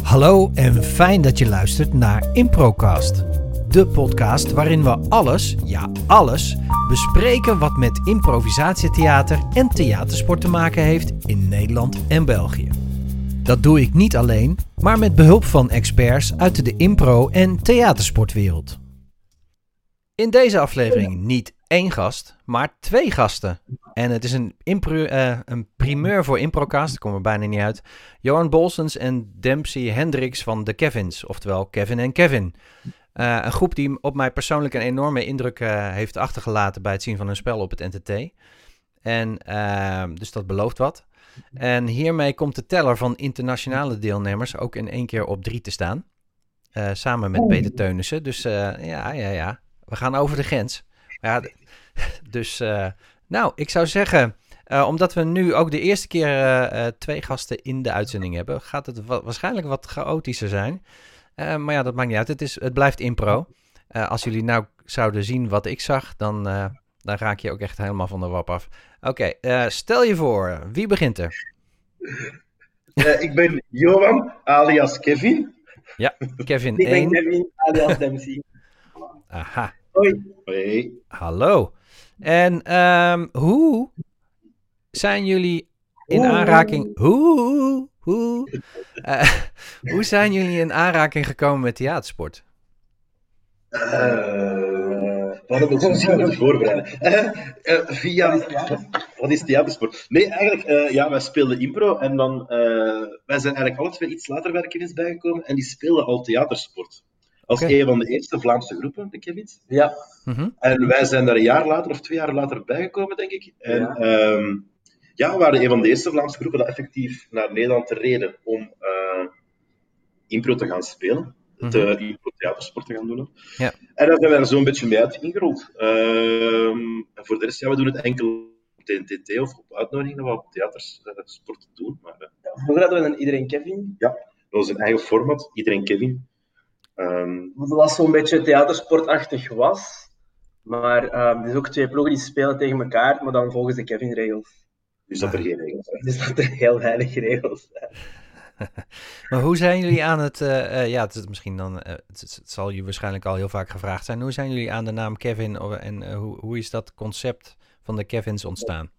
Hallo en fijn dat je luistert naar Improcast. De podcast waarin we alles, ja alles, bespreken wat met improvisatietheater en theatersport te maken heeft in Nederland en België. Dat doe ik niet alleen, maar met behulp van experts uit de impro- en theatersportwereld. In deze aflevering niet 1 gast, maar 2 gasten. En het is een primeur voor Improcast, daar komen we bijna niet uit. Johan Bolsens en Dempsey Hendricks van de Kevins, oftewel Kevin en Kevin. Een groep die op mij persoonlijk een enorme indruk heeft achtergelaten bij het zien van hun spel op het NTT. En dus dat belooft wat. En hiermee komt de teller van internationale deelnemers ook in 1 keer op 3 te staan. Samen met Peter Teunissen. Dus ja. We gaan over de grens. Ja, dus, ik zou zeggen, omdat we nu ook de eerste keer 2 gasten in de uitzending hebben, gaat het waarschijnlijk wat chaotischer zijn. Maar ja, dat maakt niet uit. Het blijft impro. Als jullie nou zouden zien wat ik zag, dan raak je ook echt helemaal van de wap af. Oké, stel je voor, wie begint er? Ik ben Johan, alias Kevin. Ja, Kevin Ik 1. ben Kevin, alias Dempsey. Aha. Hoi. Hoi. Hallo. En hoe zijn jullie in aanraking... Hoe zijn jullie in aanraking gekomen met theatersport? We hadden ons misschien moeten voorbereiden. Wat is theatersport? Nee, eigenlijk, wij speelden impro en dan... wij zijn eigenlijk alle 2 iets later bij de Kevins bijgekomen en die speelden al theatersport. Als Oké. een van de eerste Vlaamse groepen, de Kevins. Ja. Mm-hmm. En wij zijn daar een jaar later of 2 jaar later bijgekomen, denk ik. En Ja. we waren een van de eerste Vlaamse groepen dat effectief naar Nederland reden om impro te gaan spelen. De impro-theatersport te gaan doen. Ja. En daar zijn we er zo'n beetje mee uit ingerold. En voor de rest, we doen het enkel op de NTT of op uitnodiging dat we op theatersport doen. Maar Vroeger hadden we een Iedereen Kevin. dat was een eigen format, iedereen Kevin. Wat was zo'n beetje theatersportachtig was. Maar er zijn ook 2 ploegen die spelen tegen elkaar, maar dan volgens de Kevin-regels. Dus dat er geen regels zijn. Dus dat er heel weinig regels zijn. Maar hoe zijn jullie aan het... het is misschien dan... het zal je waarschijnlijk al heel vaak gevraagd zijn. Hoe zijn jullie aan de naam Kevin en hoe is dat concept van de Kevins ontstaan?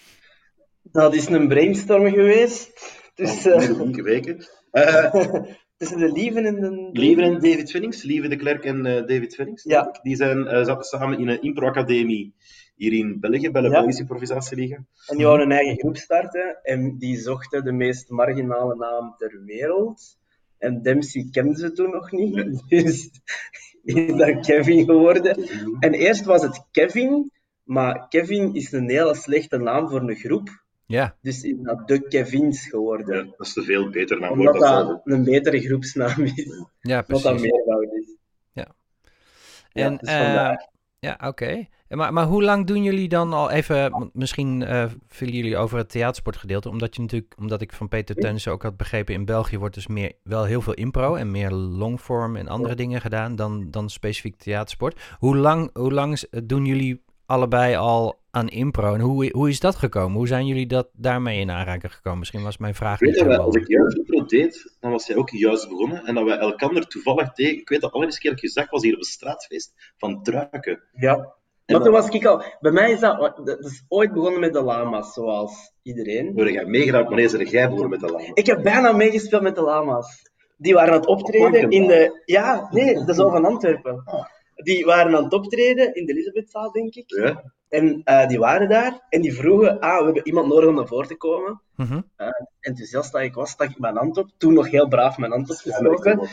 Dat is een brainstorm geweest. Tussen 9 weken. Tussen de Lieven en de... Lieven en David Fennings, Lieve de Klerk en David Fennings. Ja. Denk ik. Die zaten samen in een impro-academie hier in België, bij de Belgische Improvisatieliga. En die wouden een eigen groep starten en die zochten de meest marginale naam ter wereld. En Dempsey kende ze toen nog niet, dus is dat Kevin geworden. En eerst was het Kevin, maar Kevin is een hele slechte naam voor een groep. Ja. Dus is dat de Kevins geworden. Ja, dat is een veel beter naam. Omdat dat een betere groepsnaam is. Ja, Omdat dat precies. meervoud is. Ja. Ja, En, dus vandaar. ja, oké. Maar hoe lang doen jullie dan al even... want misschien vielen jullie over het theatersportgedeelte, omdat ik van Peter Teunissen ook had begrepen, in België wordt dus wel heel veel impro en meer longform en andere dingen gedaan dan specifiek theatersport. Hoe lang doen jullie allebei al aan impro en hoe is dat gekomen? Hoe zijn jullie daarmee in aanraking gekomen? Misschien was mijn vraag Ik weet niet dat wij, helemaal... als ik juist impro deed, dan was jij ook juist begonnen. En dat wij elkaar toevallig tegen... Ik weet dat de allereerste keer dat ik je zag, was hier op een straatfeest van Truiken. Ja. Maar toen was ik al... Bij mij is dat is ooit begonnen met de lama's, zoals iedereen. Hoor jij meegedaan, wanneer zijn jij begonnen met de lama? Ik heb bijna meegespeeld met de lama's. Die waren aan het optreden in de... Ja, nee, de Zool van Antwerpen. Die waren aan het optreden in de Elisabethzaal, denk ik. Ja? En die waren daar en die vroegen, we hebben iemand nodig om naar voren te komen. Mhm. Enthousiast dat ik was, stak ik mijn hand op. Toen nog heel braaf mijn hand opgestoken.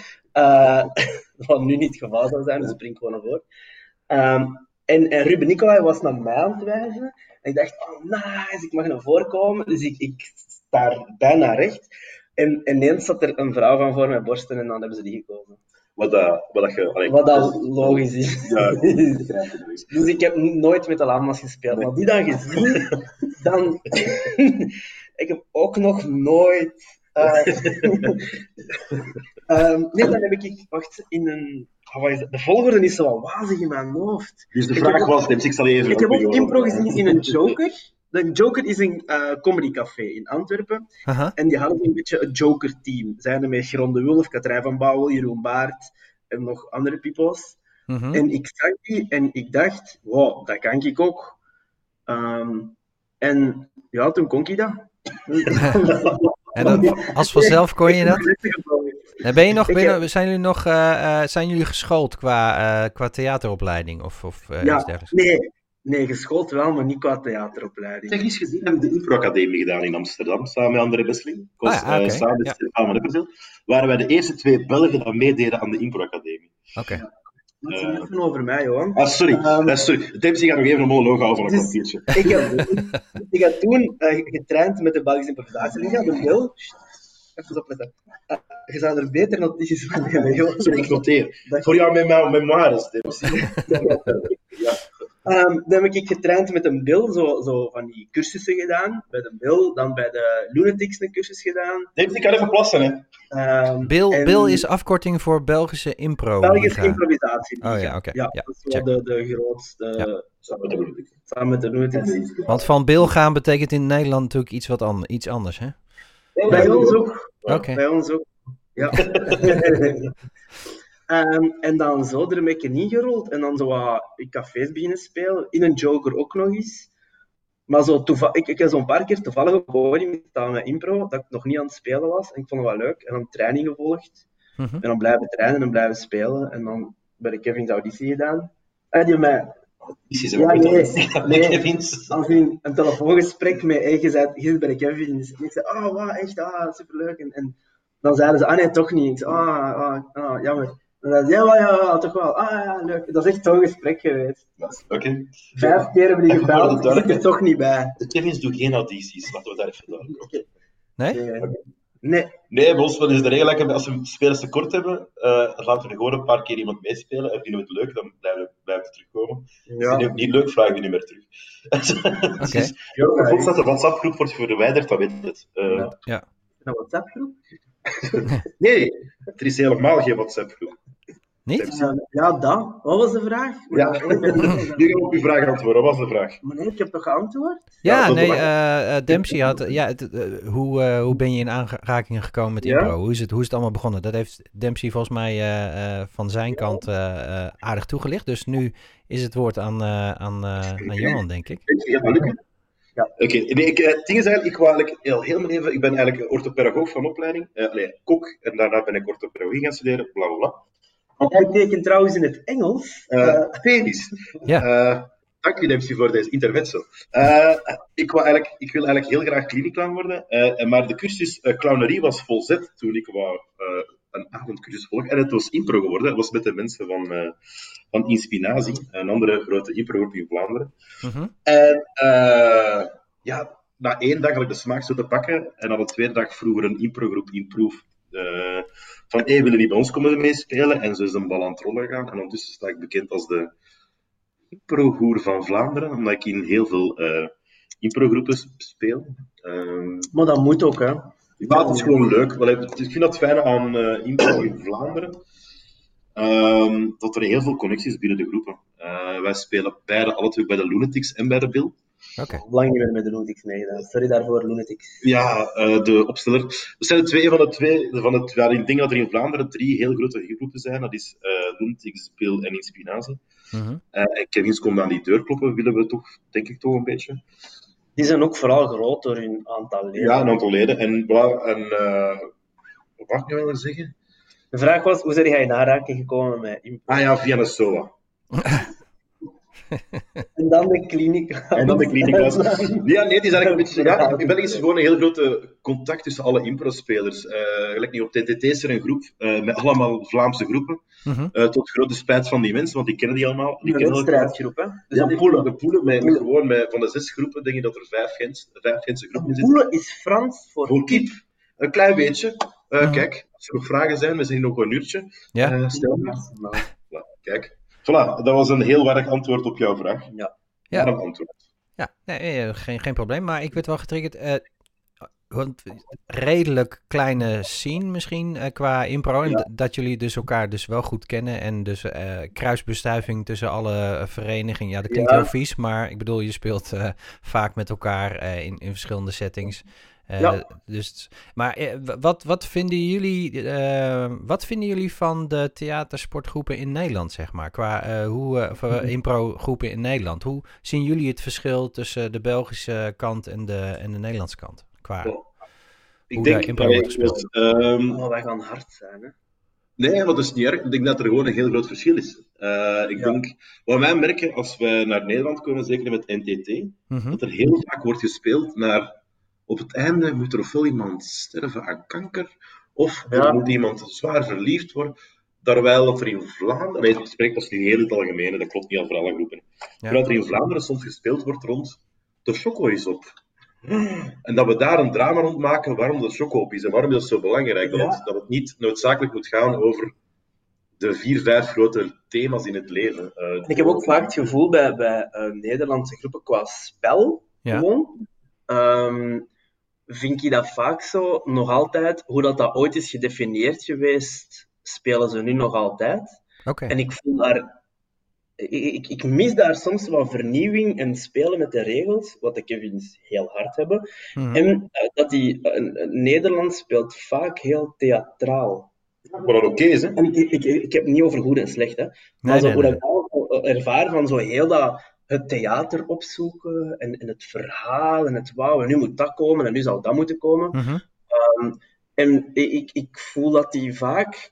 Wat nu niet het geval zou zijn, dus spring gewoon naar voren. En Ruben Nicolai was naar mij aan het wijzen. En ik dacht, oh nice, ik mag naar voren komen. Dus ik sta daar bijna recht. En ineens zat er een vrouw van voor mijn borsten en dan hebben ze die gekozen. Wat dat logisch is. Ja, Dus ik heb nooit met de lama's gespeeld. Maar die dan gezien, dan... ik heb ook nog nooit... nee, dan heb ik... Wacht, in een... Wat is het? De volgorde is zo wat wazig in mijn hoofd. Dus de vraag was, Dems, ik zal even... Ik heb ook impro gezien in een Joker. De Joker is een comedycafé in Antwerpen. Aha. En die hadden een beetje een Joker-team. Zijn er met Gron de Wulf, Katrijn van Bouwel, Jeroen Baert en nog andere peoples. Mhm. En ik zag die en ik dacht, wow, dat kan ik ook. En ja, toen kon ik dat. En als vanzelf kon je dat? En zijn jullie geschoold qua theateropleiding of iets dergelijks? Nee, geschoold wel, maar niet qua theateropleiding. Technisch gezien hebben we de Impro-academie gedaan in Amsterdam, samen met André Besseling. Samen met Stefan van Epperveel. Waren wij de eerste 2 Belgen die meededen aan de Impro-academie. Oké. Dat is even over mij, hoor. Sorry. Dempsey gaat nog even een monoloog houden van een kwartiertje. Ik heb toen getraind met de Belgische Improvisatieliga, de Wil. Even opletten. Je zou er beter notities van nemen, joh. Sorry, ik noteer. Voor jou memoires, Dempsey. Dan heb ik getraind met een Bill, zo van die cursussen gedaan. Bij de Bill, dan bij de Lunatics een cursus gedaan. Dempsey kan even plassen, hè. Bill is afkorting voor Belgische impro. Belgische improvisatie. Oh ja, oké. Ja, dat is wel de grootste. Ja. Samen met de Lunatics. Want van Bill gaan betekent in Nederland natuurlijk iets anders, hè? Bij ons ook. Oké. Bij ons ook. Ja. En dan zo er een beetje ingerold. En dan zo wat in cafés beginnen spelen. In een Joker ook nog eens. Maar zo ik heb zo'n paar keer toevallig op het podium gestaan met impro, dat ik nog niet aan het spelen was. En ik vond het wel leuk. En dan training gevolgd. Mhm. En dan blijven trainen en blijven spelen. En dan bij de Kevin's auditie gedaan. En die mij... Nee. Als in een telefoongesprek met je zit bij de Kevin's. En ik zei, wow, echt, superleuk. En dan zeiden ze, nee, toch niet. Ik zei, jammer. En dan zei ja, toch wel. Ja, leuk. Dat is echt zo'n gesprek geweest. Oké. 5 keer hebben die gebeld, ik zit er toch niet bij. De Kevin's doen geen audities, laten we daar even duidelijk. Nee? Nee, bij ons is de regel, als we spelers tekort hebben, laten we gewoon een paar keer iemand meespelen. En vinden we het leuk, dan blijven we terugkomen. Ja. Vinden we het niet leuk, vragen we niet meer terug. Oké. Bijvoorbeeld dat de WhatsApp-groep wordt verwijderd, dat weet je het. Ja. Een WhatsApp-groep? Nee, er is helemaal geen WhatsApp-groep. Niet? Ja, dat. Wat was de vraag? Ja, nu gaan we op uw vraag antwoorden. Wat was de vraag? Maar nee, ik heb toch geantwoord? Ja, dat nee, Dempsey had... hoe ben je in aanraking gekomen met impro? Hoe is het allemaal begonnen? Dat heeft Dempsey volgens mij van zijn kant aardig toegelicht. Dus nu is het woord aan Johan, denk ik. Gaat dat lukken? Ja. Oké. Nee, het ding is eigenlijk, ik wou eigenlijk heel mijn leven... Ik ben eigenlijk orthopedagoog van opleiding. Kok. En daarna ben ik orthopedagogie gaan studeren. Bla, bla, bla. Hij tekent trouwens in het Engels. Penis. Ja. Dank u, Dempsey, voor deze intermezzo. Ik wil eigenlijk heel graag kliniekclown worden. Maar de cursus clownerie was volzet toen ik wou een avondcursus volgen. En het was impro geworden. Het was met de mensen van Inspinatie, een andere grote improgroep in Vlaanderen. Mhm. En na 1 dag had ik de smaak zo te pakken. En op de tweede dag vroeg er een improgroep Improve. Van, willen die bij ons komen meespelen? En zo is een bal aan het rollen gaan. En ondertussen sta ik bekend als de improgoer van Vlaanderen, omdat ik in heel veel improgroepen speel. Maar dat moet ook, hè. Ja, het is gewoon leuk. Ik vind dat fijn aan impro in Vlaanderen. Dat er heel veel connecties binnen de groepen. Wij spelen alle twee bij de Lunatics en bij de Bill. Oké. Lang niet meer met de Lunatics meegedaan. Sorry daarvoor, Lunatics. Ja, de opsteller. Dat zijn de twee van het. Ik denk dat er in Vlaanderen 3 heel grote groepen zijn. Dat is Lunatics, Bill en Inspinatie. Mhm. En Kevin's komt aan die deur kloppen, willen we toch, denk ik toch een beetje. Die zijn ook vooral groot door hun aantal leden. Ja, een aantal leden. En wat mag ik nu wel zeggen? De vraag was, hoe ben jij in aanraking gekomen met impro? Via een SOA. En dan de kliniek. Ja, nee, die is eigenlijk een beetje... Ja, in België is er gewoon een heel grote contact tussen alle impro-spelers. Gelijk nu op TTT is er een groep met allemaal Vlaamse groepen. Mhm. Tot grote spijt van die mensen, want die kennen die allemaal. Die kennen Een strijdgroep, hè? Dus ja, poelen van de 6 groepen denk je dat er 5 Gentse groepen zitten. Poelen is Frans voor kip. Een klein beetje. Kijk, als er nog vragen zijn, we zijn nog een uurtje. Ja. Stel maar. Kijk. Voilà, dat was een heel warrig antwoord op jouw vraag. Ja. Ja. Warm antwoord. Ja, nee, geen probleem. Maar ik werd wel getriggerd. want redelijk kleine scene misschien qua impro. En dat jullie dus elkaar dus wel goed kennen. En dus kruisbestuiving tussen alle verenigingen. Ja, dat klinkt heel vies. Maar ik bedoel, je speelt vaak met elkaar in verschillende settings. Dus, maar wat vinden jullie van de theatersportgroepen in Nederland, zeg maar? Qua impro-groepen in Nederland. Hoe zien jullie het verschil tussen de Belgische kant en de Nederlandse kant? Ik denk impro wordt gespeeld. Wij gaan hard zijn, hè? Nee, maar dat is niet erg. Ik denk dat er gewoon een heel groot verschil is. Ik denk, wat wij merken als wij naar Nederland komen, zeker met NTT, dat er heel vaak wordt gespeeld naar... Op het einde moet er ofwel iemand sterven aan kanker, of er moet iemand zwaar verliefd worden. Terwijl dat er in Vlaanderen... Nee, ik spreek dat in heel het algemeen, dat klopt niet al voor alle groepen. Terwijl dat er in Vlaanderen soms gespeeld wordt rond de choco is op. En dat we daar een drama rond maken waarom de choco op is en waarom is dat zo belangrijk. Dat het niet noodzakelijk moet gaan over de 4-5 grote thema's in het leven. Ik heb ook vaak het gevoel bij Nederlandse groepen qua spel, gewoon... vind ik dat vaak zo, nog altijd, hoe dat ooit is gedefinieerd geweest, spelen ze nu nog altijd. Okay. En ik voel daar... Ik mis daar soms wat vernieuwing en spelen met de regels, wat de Kevins heel hard hebben. En dat Nederland speelt vaak heel theatraal. Wat dat oké is, hè? En ik heb het niet over goed en slecht, hè. Maar hoe dat ik ervaar van zo heel dat... Het theater opzoeken en het verhaal en het wauw, en nu moet dat komen en nu zal dat moeten komen. En ik voel dat die vaak...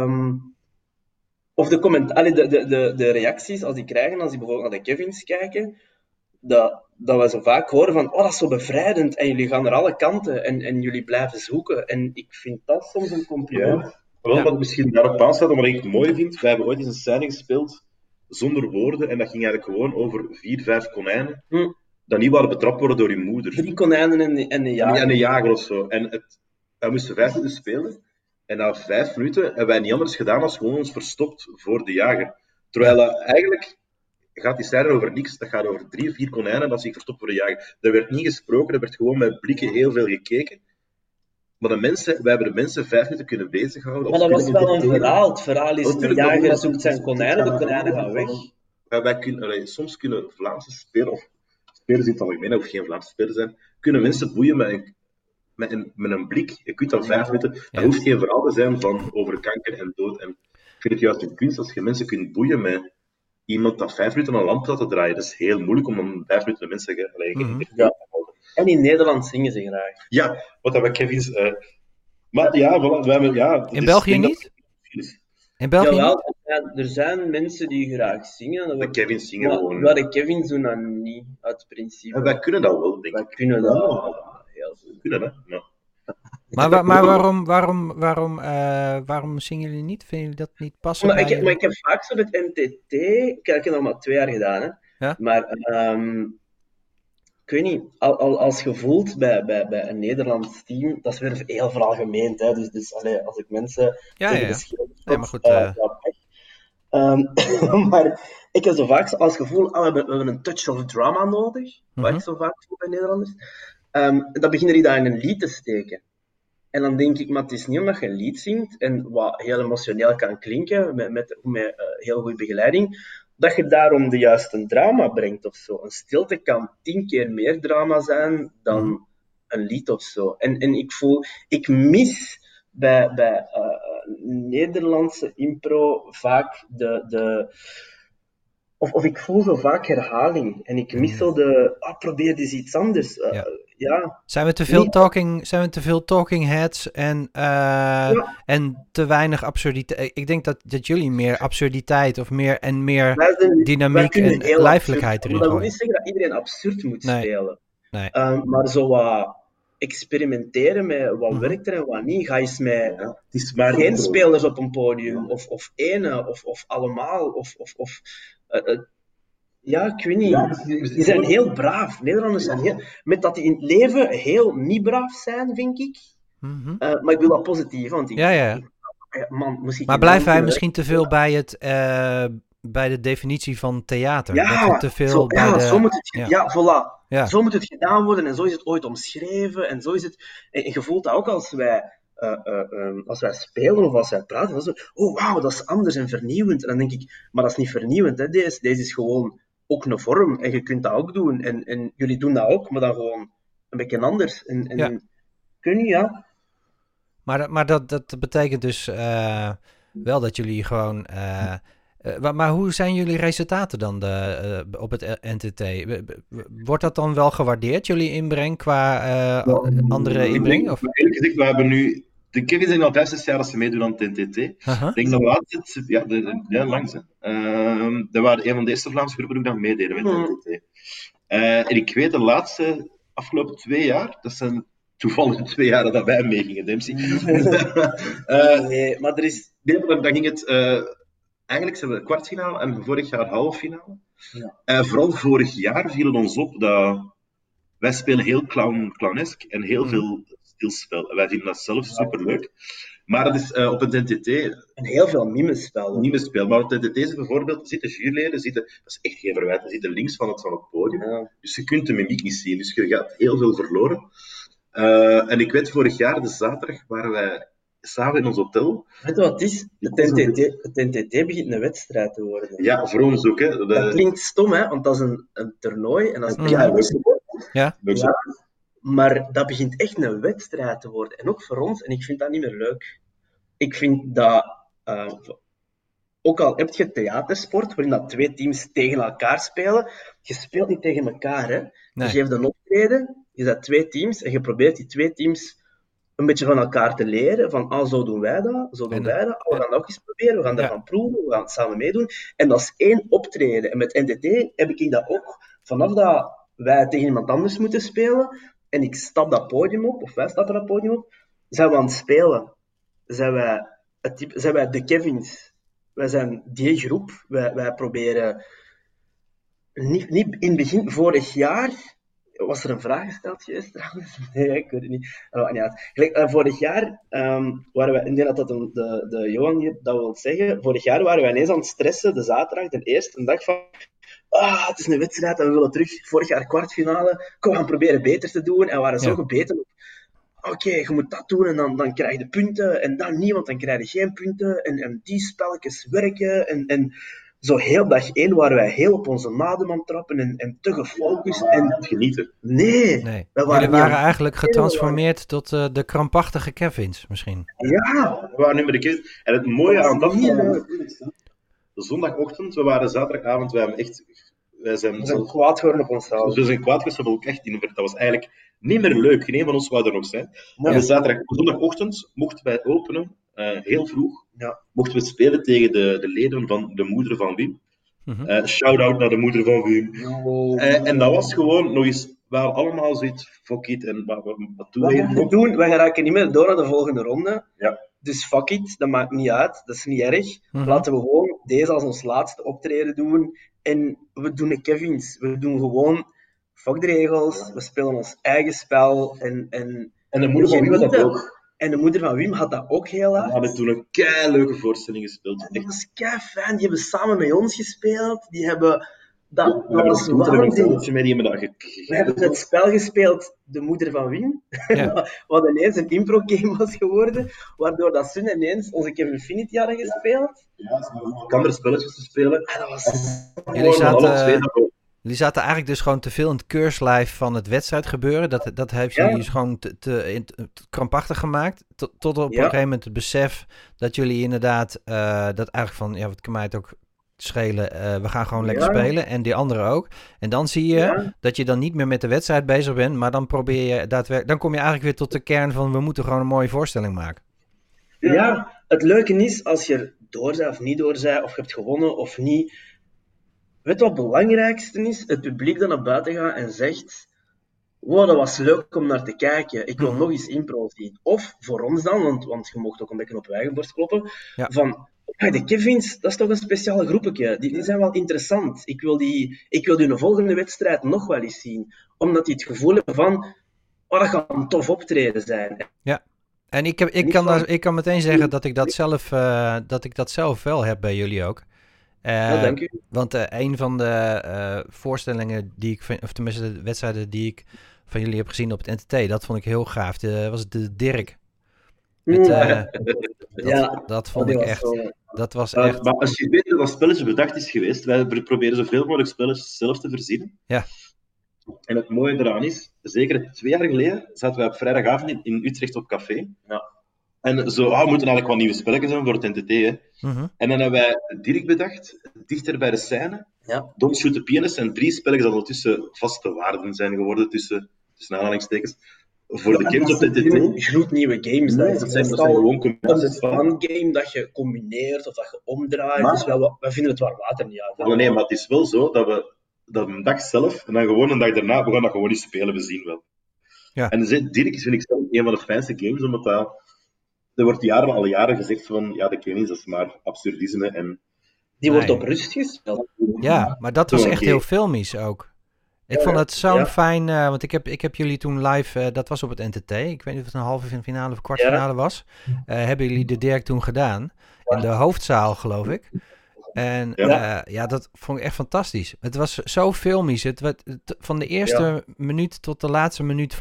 of de reacties als die krijgen, als die bijvoorbeeld naar de Kevins kijken, dat we zo vaak horen van, dat is zo bevrijdend en jullie gaan naar alle kanten en jullie blijven zoeken. En ik vind dat soms een compliment. Wat misschien daarop aanstaat, omdat ik het mooi vind, wij hebben ooit eens een scène gespeeld zonder woorden, en dat ging eigenlijk gewoon over 4-5 konijnen, dat niet waren betrapt worden door hun moeder. 3 konijnen en een jager. En een jager of zo. En wij moesten 5 minuten spelen, en na 5 minuten hebben wij niet anders gedaan dan gewoon ons verstopt voor de jager. Terwijl eigenlijk gaat die scène over niks, dat gaat over 3 of 4 konijnen dat zich verstopt voor de jager. Er werd niet gesproken, er werd gewoon met blikken heel veel gekeken. Maar wij hebben de mensen 5 minuten kunnen bezighouden. Maar dat was wel een verhaal. Het verhaal is, de jager zoekt zijn konijnen, de konijnen gaan weg. Soms kunnen Vlaamse spelers, of spelers in het algemeen, dat hoeft geen Vlaamse spelers zijn, kunnen mensen boeien met een blik. Je kunt dan 5 minuten... Dat hoeft geen verhaal te zijn van over kanker en dood. En ik vind het juist een kunst als je mensen kunt boeien met iemand dat 5 minuten een lamp laat te draaien. Dat is heel moeilijk om dan 5 minuten de mensen te houden. En in Nederland zingen ze graag. Ja, wat hebben Kevins... Maar ja, we hebben... In België niet? In België niet? Ja, er zijn mensen die graag zingen. De Kevins zingen gewoon. Maar de Kevins doen dat niet, uit principe. En wij kunnen dat wel, denk ik. Wij kunnen dat wel heel goed. Kunnen, hè? Ja. Maar waarom zingen jullie niet? Vinden jullie dat niet passen? Maar ik heb vaak zo met NTT... Kijk, ik heb dat maar 2 jaar gedaan, hè. Ja? Maar... ik weet niet, als je voelt bij een Nederlands team, dat is weer heel veralgemeend, hè. Dus als ik mensen tegen de schil nee, maar goed. Maar ik heb zo vaak als gevoel, we hebben een touch of drama nodig, wat ik zo vaak voel bij Nederlanders. Dan beginnen die daar in een lied te steken. En dan denk ik, maar het is niet omdat je een lied zingt, en wat heel emotioneel kan klinken, met heel goede begeleiding, dat je daarom de juiste drama brengt of zo. Een stilte kan 10 keer meer drama zijn dan een lied of zo. En ik mis bij Nederlandse impro vaak of ik voel zo vaak herhaling. En ik mis zo probeer eens iets anders. Zijn we te veel talking heads en te weinig absurditeit? Ik denk dat jullie meer absurditeit of meer dynamiek en lijfelijkheid erin gooien. Dat wil niet zeggen dat iedereen absurd moet spelen. Nee. Maar zo wat experimenteren met wat werkt er en wat niet. Ga eens met geen spelers op een podium, of ene, of allemaal, ik weet niet. Die zijn heel braaf. Nederlanders zijn heel... Met dat die in het leven heel niet braaf zijn, vind ik. Maar ik wil dat positief, want maar blijven wij misschien te veel bij het bij de definitie van theater. Ja, dat er te veel zo moet het, ja. Voilà. Ja. Zo moet het gedaan worden en zo is het ooit omschreven en zo is het. En je voelt dat ook als wij spelen of als wij praten. Dat is zo, oh wauw, dat is anders en vernieuwend. En dan denk ik, maar dat is niet vernieuwend, hè. Deze is gewoon ook een vorm en je kunt dat ook doen. En jullie doen dat ook, maar dan gewoon een beetje anders. Kun je, ja. Maar dat betekent dus wel dat jullie gewoon... maar hoe zijn jullie resultaten dan op het NTT? Wordt dat dan wel gewaardeerd, jullie inbreng, qua andere inbreng? Of? Eerlijk gezegd, we hebben nu... De Kevin zijn al 5-6 jaar dat ze meedoen aan het NTT. Uh-huh. Ik denk dat we altijd... Ja, lang zijn. Dat waren een van de eerste Vlaamse groepen die ook nog meededen met het NTT. En ik weet de laatste, afgelopen 2 jaar, dat zijn toevallig de 2 jaar dat wij meegingen, Dempsey. Nee, maar er is... Dan ging het... Eigenlijk zijn we kwartfinale en vorig jaar halve finale. Ja. En vooral vorig jaar viel het ons op dat wij spelen heel clownesk en heel veel stilspel. En wij vinden dat zelf superleuk. Maar het is op het NTT... En heel veel mimespel. Mimespel. Maar op het NTT zitten bijvoorbeeld juryleden, dat is echt geen verwijt, zitten links van het podium. Ja. Dus je kunt de mimiek niet zien. Dus je gaat heel veel verloren. En ik weet, vorig jaar, de zaterdag, waren wij samen in ons hotel. Weet je wat het is? Het NTT begint een wedstrijd te worden. Ja, voor ons ook. Hè. Dat klinkt stom, hè, want dat is een toernooi en dat is Ja. Ja, maar dat begint echt een wedstrijd te worden. En ook voor ons, en ik vind dat niet meer leuk. Ik vind dat, ook al heb je theatersport, waarin dat 2 teams tegen elkaar spelen, je speelt niet tegen elkaar. Hè. Nee. Je geeft een optreden, je zet 2 teams en je probeert die 2 teams een beetje van elkaar te leren, van zo doen wij dat, zo doen wij dat, we gaan dat ook eens proberen, we gaan daarvan proeven, we gaan het samen meedoen. En dat is 1 optreden. En met NTT heb ik dat ook, vanaf dat wij tegen iemand anders moeten spelen, en ik stap dat podium op, of wij stappen dat podium op, zijn we aan het spelen. Zijn wij de Kevins. Wij zijn die groep, wij proberen, niet in het begin, vorig jaar... Was er een vraag gesteld geweest trouwens? Nee, ik weet het niet. Vorig jaar waren wij, ik denk dat de Johan hier dat wil zeggen, vorig jaar waren wij ineens aan het stressen, de zaterdag, de eerste dag van het is een wedstrijd en we willen terug, vorig jaar kwartfinale, kom, we gaan proberen beter te doen en we waren zo gebeten op, oké, je moet dat doen en dan krijg je punten en dan niet, want dan krijg je geen punten en die spelletjes werken en zo heel dag 1 waren wij heel op onze adem aan het trappen en te gefocust en genieten. Nee. Jullie waren eigenlijk getransformeerd tot de krampachtige Kevins, misschien. Ja, we waren nu met de Kevins. En het mooie aan dat de zondagochtend, we waren zaterdagavond, wij zijn kwaad geworden op onszelf. We zijn kwaad geweest, we hebben ook echt in. Dat was eigenlijk niet meer leuk. Geen een van ons wou er nog zijn. Ja. En zondagochtend mochten wij openen, heel vroeg. Ja. Mochten we spelen tegen de leden van de moeder van Wim. Shout-out naar de moeder van Wim. En dat was gewoon nog eens... We hadden allemaal zoiets, fuck it, en wat doen we? Wij geraken niet meer door naar de volgende ronde. Ja. Dus fuck it, dat maakt niet uit, dat is niet erg. Laten we gewoon deze als ons laatste optreden doen. En we doen de Kevins. We doen gewoon, fuck de regels, we spelen ons eigen spel. En de moeder van Wim had dat ook. En de moeder van Wim had dat ook heel hard. We hadden toen een keileuke voorstelling gespeeld. Dat was kei fijn, die hebben samen met ons gespeeld. Die hebben... Dat was we hebben het spel gespeeld, de moeder van Wim, wat ineens een impro-game was geworden, waardoor dat ze ineens onze Kevin Infinity hadden gespeeld. Ja, ze hadden ook andere spelletjes te spelen. Dat was... Jullie zaten eigenlijk dus gewoon te veel in het keurslijf van het wedstrijdgebeuren. Dat heeft jullie dus gewoon te krampachtig gemaakt. Tot op een gegeven moment het besef dat jullie inderdaad, dat eigenlijk van, wat kan mij het ook schelen, we gaan gewoon lekker spelen. En die anderen ook. En dan zie je dat je dan niet meer met de wedstrijd bezig bent, maar dan probeer je dan kom je eigenlijk weer tot de kern van, we moeten gewoon een mooie voorstelling maken. Ja, het leuke is, als je door bent of niet door bent, of je hebt gewonnen of niet. Weet je wat het belangrijkste is? Het publiek dat naar buiten gaat en zegt, wow, dat was leuk om naar te kijken. Ik wil nog eens impro zien. Of voor ons dan, want je mocht ook een beetje op je eigen borst kloppen, van... de Kevins, dat is toch een speciale groepetje. Die zijn wel interessant. Ik wil die in de volgende wedstrijd nog wel eens zien. Omdat die het gevoel hebben van... dat gaat een tof optreden zijn. Ja. En ik kan meteen zeggen dat ik dat zelf wel heb bij jullie ook. Dank u. Want een van de voorstellingen die ik of tenminste de wedstrijden die ik van jullie heb gezien op het NTT, dat vond ik heel gaaf. Was het de Dirk? Dat vond ik echt. Dat was echt. Maar als je weet dat dat spelletje bedacht is geweest, wij proberen zoveel mogelijk spelletjes zelf te verzinnen. Ja. En het mooie eraan is, zeker 2 jaar geleden, zaten wij op vrijdagavond in Utrecht op café. Ja. En zo, we moeten eigenlijk wat nieuwe spelletjes hebben voor het NTT. Hè. Mm-hmm. En dan hebben wij Dirk bedacht, dichter bij de scène. Ja. Don't Shoot the Pianist en 3 spelletjes dat ondertussen vaste waarden zijn geworden tussen aanhalingstekens. Voor de games op het NTT. Gloednieuwe games. Nee, dat zijn gewoon een fun game dat je combineert of dat je omdraait. Dus wij vinden het waar water niet uit. Nee, maar het is wel zo dat we een dag zelf en dan gewoon een dag daarna, we gaan dat gewoon niet spelen, we zien wel. Ja. En Dirk vind ik zelf een van de fijnste games, omdat er wordt al jaren gezegd van, ja, de game is maar absurdisme en... Die wordt op rust gespeeld. Ja, maar dat was echt heel filmisch ook. Ik vond het zo'n fijn, want ik heb jullie toen live, dat was op het NTT, ik weet niet of het een halve finale of kwartfinale was, hebben jullie de Dirk toen gedaan, in de hoofdzaal geloof ik. En dat vond ik echt fantastisch. Het was zo filmisch. Van de eerste minuut tot de laatste minuut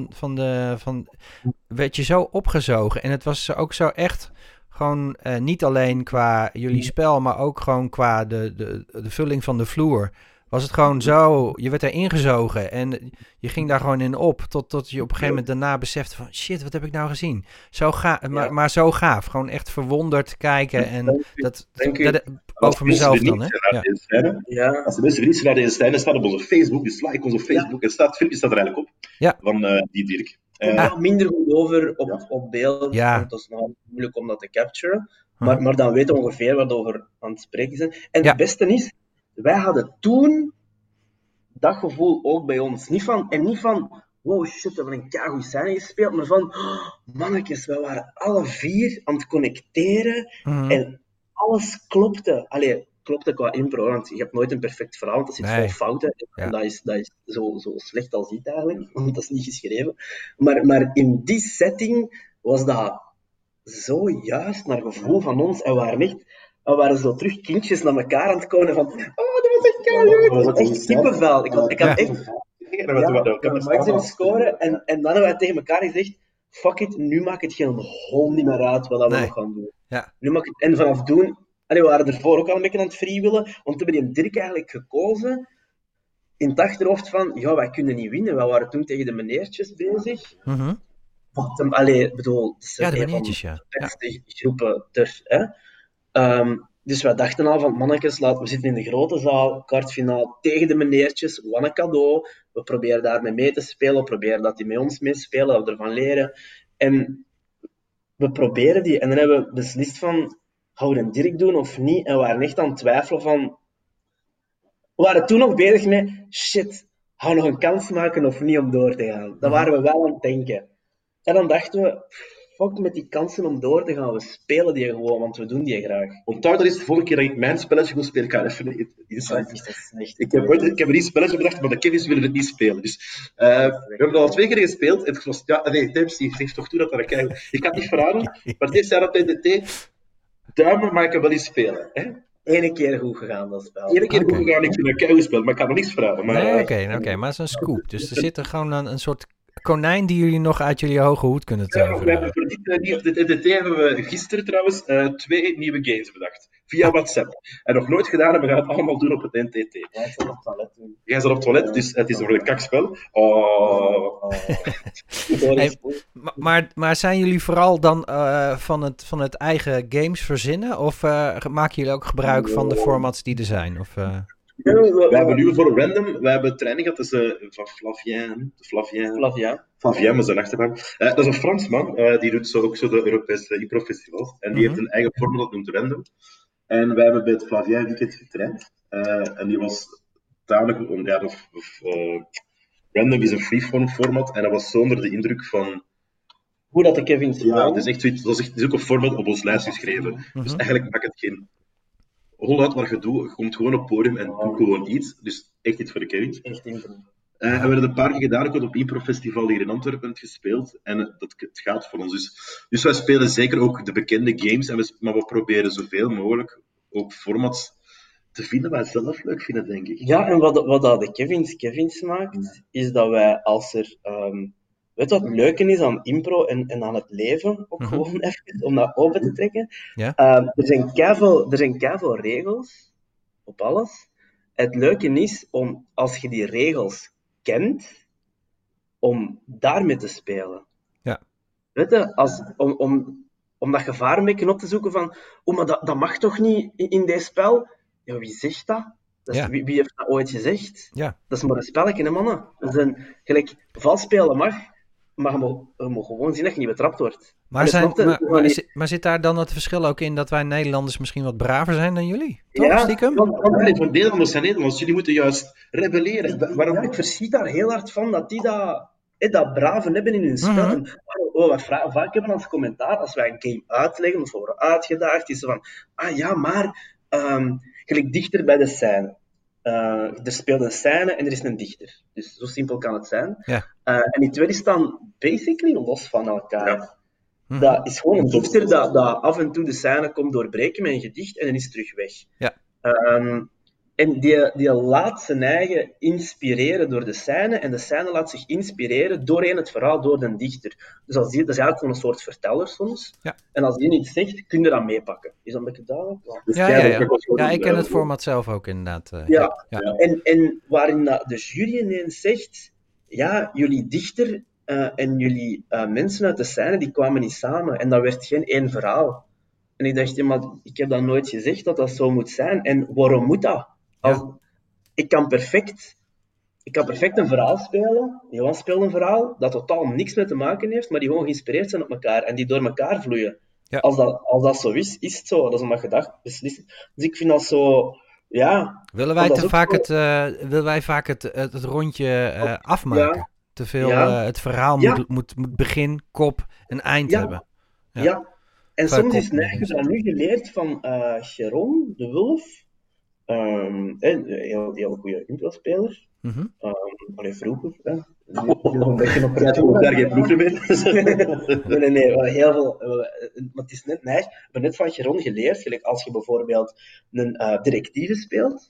van werd je zo opgezogen. En het was ook zo echt gewoon niet alleen qua jullie spel, maar ook gewoon qua de vulling van de vloer. Was het gewoon zo, je werd er ingezogen en je ging daar gewoon in op, tot je op een gegeven moment daarna besefte van, shit, wat heb ik nou gezien? Zo gaaf, maar zo gaaf. Gewoon echt verwonderd kijken en dat over mezelf dan, hè? Als de mensen verliezen naar de Einstein, staat op onze Facebook, dus like onze Facebook, en filmpje staat er eigenlijk op, van die Dirk. Minder goed over op beeld, want dat is nog moeilijk om dat te capturen, maar dan weten we ongeveer wat over aan het spreken zijn. En het beste is, wij hadden toen dat gevoel ook bij ons. Niet van wow, shit, we hebben een keigoed scène gespeeld, maar van, mannetjes, we waren alle 4 aan het connecteren en alles klopte. Klopte qua impro, want je hebt nooit een perfect verhaal, want dat zit vol fouten. En dat is zo slecht als iets eigenlijk, want dat is niet geschreven. Maar in die setting was dat zo juist naar gevoel van ons en we waren zo terug kindjes naar elkaar aan het komen van, oh, dat was echt keihard. Echt kippenvel. Ik had echt... Ik scoren en dan hebben wij tegen elkaar gezegd, fuck it, nu maakt het geen hol niet meer uit wat we nog gaan doen. Ja. En vanaf toen, we waren ervoor ook al een beetje aan het freewheelen, want we hebben die Dirk eigenlijk gekozen in het achterhoofd van, ja, wij kunnen niet winnen. Wij waren toen tegen de meneertjes bezig. Mm-hmm. Bedoel, de meneertjes, de beste groepen ter, hè. Dus wij dachten al van, mannetjes, we zitten in de grote zaal, kwartfinale tegen de meneertjes, wat een cadeau. We proberen daarmee mee te spelen, we proberen dat die met ons meespelen, dat we ervan leren. En we proberen die, en dan hebben we beslist van, gaan we een Dirk doen of niet? En we waren echt aan het twijfelen van... We waren toen nog bezig met, shit, gaan we nog een kans maken of niet om door te gaan? Dat waren we wel aan het denken. En dan dachten we, fuck met die kansen om door te gaan, we spelen die gewoon, want we doen die graag. Onthoud, dat is de volgende keer dat ik mijn spelletje wil spelen, ik ga even ik heb een spelletje bedacht, maar de Kevins willen het niet spelen. Dus, we hebben dat al 2 keer gespeeld. Het was, Tips geeft toch toe dat er een ik kan het niet verraden, maar dit jaar op NTT, duimen, maar ik kan wel eens spelen. Hè? Eén keer goed gegaan, dat spel. Eén keer goed gegaan, ik vind een keigoed spel, maar ik kan nog niks vragen. Maar, Oké, maar het is een scoop. Dus er zit er gewoon een soort konijn die jullie nog uit jullie hoge hoed kunnen toveren. We hebben voor dit NTT hebben we gisteren trouwens 2 nieuwe games bedacht. Via WhatsApp. En nog nooit gedaan, en we gaan het allemaal doen op het NTT. Jij zal op het toilet doen. Jij zal op het toilet, dus het is nog een kakspel. Hey, maar zijn jullie vooral dan van het eigen games verzinnen? Of maken jullie ook gebruik van de formats die er zijn? Of, we hebben nu voor Random, we hebben training gehad, van Flavien, met zijn achternaam. Dat is een Fransman, die doet ook zo de Europese impro-festivals. En die heeft een eigen format dat noemt Random. En wij hebben bij het Flavien weekend getraind. En die was tamelijk... Random is een freeform format en dat was zo onder de indruk van... Hoe dat de Kevins... Ja, het is echt zoiets, dat is ook een format op ons lijst geschreven. Dus eigenlijk maakt het geen... Hol uit wat je doet, je komt gewoon op het podium en doe gewoon iets. Dus echt iets voor de Kevins. Echt impro. En we hebben het een paar keer gedaan, ook op Impro Festival hier in Antwerpen het gespeeld. En het gaat voor ons. Dus wij spelen zeker ook de bekende games, maar we proberen zoveel mogelijk ook formats te vinden wat we zelf leuk vinden, denk ik. Ja, en wat dat de Kevins maakt, is dat wij als er... weet je wat het leuke is aan impro en aan het leven, ook gewoon even, om dat open te trekken? Ja. Er zijn keiveel regels op alles. Het leuke is, om, als je die regels kent, om daarmee te spelen. Ja. Weet je, om dat gevaar een beetje op te zoeken van, maar dat mag toch niet in dit spel? Ja, wie zegt dat? Ja. Wie heeft dat ooit gezegd? Ja. Dat is maar een spelletje, hè, mannen. Dat is gelijk, vals spelen mag, maar je moet gewoon zien dat je niet betrapt wordt. Maar zit daar dan het verschil ook in dat wij Nederlanders misschien wat braver zijn dan jullie? Toch, Ja, stiekem? Want Nederlanders zijn Nederlanders. Jullie moeten juist rebelleren. Waarom? Ik verschiet daar heel hard van dat die dat brave hebben in hun spel. Vaak hebben we als commentaar, als wij een game uitleggen of worden uitgedaagd, is van, gelijk dichter bij de scène. Er speelt een scène en er is een dichter. Dus zo simpel kan het zijn. Ja. En die twee staan basically los van elkaar. Ja. Dat is gewoon een dichter dat af en toe de scène komt doorbreken met een gedicht en dan is het terug weg. Ja. En die laat zijn eigen inspireren door de scène en de scène laat zich inspireren doorheen het verhaal, door de dichter. Dus dat is eigenlijk gewoon een soort verteller soms. Ja. En als die iets zegt, kun je dat meepakken. Is dat een beetje duidelijk? Ja, ik ken het format zelf ook inderdaad. Ja. En waarin de jury ineens zegt, ja, jullie dichter en jullie mensen uit de scène, die kwamen niet samen. En dat werd geen één verhaal. En ik dacht, maar ik heb dat nooit gezegd dat dat zo moet zijn. En waarom moet dat? Ik kan perfect een verhaal spelen. Johan speelt een verhaal dat totaal niks mee te maken heeft, maar die gewoon geïnspireerd zijn op elkaar en die door elkaar vloeien. Ja. Als dat zo is het zo. Dat is omdat je dat beslist. Dus ik vind dat zo... Ja. Willen wij vaak het rondje afmaken? Ja. Te veel het verhaal moet begin, kop en eind hebben. Ja. En soms is Nijgen dat nu geleerd van Geron de Wulf. Een heel goede intro-speler. Vroeger. Een beetje op het daar geen ploegen meer. Nee, heel veel. Maar het is net Nijg. We hebben net van Geron geleerd, gelijk als je bijvoorbeeld een directieve speelt,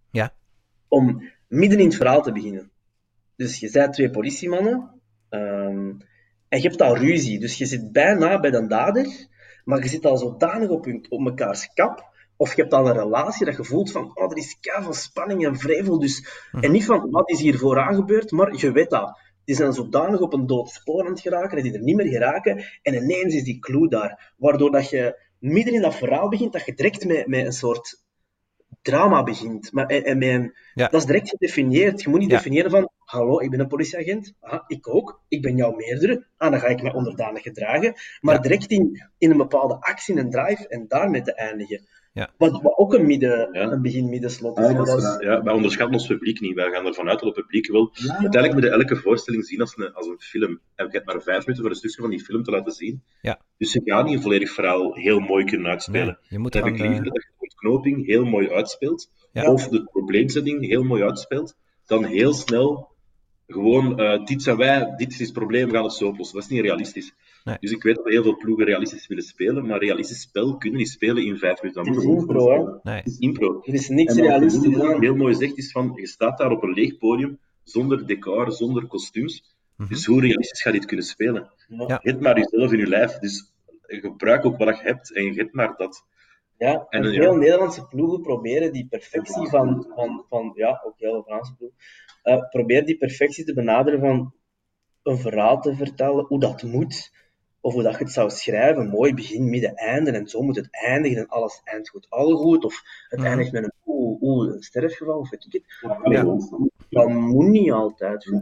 om midden in het verhaal te beginnen. Dus je bent 2 politiemannen en je hebt al ruzie. Dus je zit bijna bij de dader, maar je zit al zodanig op mekaars kap. Of je hebt al een relatie dat je voelt van, er is keiveel spanning en wrevel. Dus, en niet van, wat is hier vooraan gebeurd, maar je weet dat. Die zijn zodanig op een dood spoor aan het geraken, dat die er niet meer geraken. En ineens is die clue daar. Waardoor dat je midden in dat verhaal begint, dat je direct met een soort drama begint. Dat is direct gedefinieerd. Je moet niet definiëren van, hallo, ik ben een politieagent. Aha, ik ook. Ik ben jouw meerdere. Dan ga ik mij onderdanig gedragen. Maar direct in een bepaalde actie en drive en daarmee te eindigen. Ja. Wat ook een begin-middenslot is. Wij onderschatten ons publiek niet. Wij gaan ervan uit dat het publiek wil. Uiteindelijk moet je elke voorstelling zien als een film. En je hebt maar 5 minuten voor een stukje van die film te laten zien. Ja. Dus je gaat niet een volledig verhaal heel mooi kunnen uitspelen. Nee, je moet dan heb ik liever dat je de ontknoping heel mooi uitspeelt. Ja. Of de probleemzetting heel mooi uitspeelt. Dan heel snel gewoon, dit zijn wij, dit is het probleem, we gaan het zo oplossen. Dat is niet realistisch. Nee. Dus ik weet dat heel veel ploegen realistisch willen spelen, maar realistisch spel kunnen niet spelen in 5 minuten. Het is impro, hè? Nee. Het is impro. Er is niks realistisch aan. Heel mooi zegt is van, je staat daar op een leeg podium, zonder decor, zonder kostuums. Dus hoe realistisch ga je dit kunnen spelen? Ja. Je hebt maar jezelf in je lijf, dus gebruik ook wat je hebt en je hebt maar dat. Ja, en veel Nederlandse ploegen proberen die perfectie van ook heel Franse ploegen, probeer die perfectie te benaderen van een verhaal te vertellen, hoe dat moet, of hoe dat je het zou schrijven, mooi begin, midden, einde, en zo moet het eindigen en alles eindigt goed, al goed, of het eindigt met een sterfgeval, of weet ik het. Dat moet niet altijd.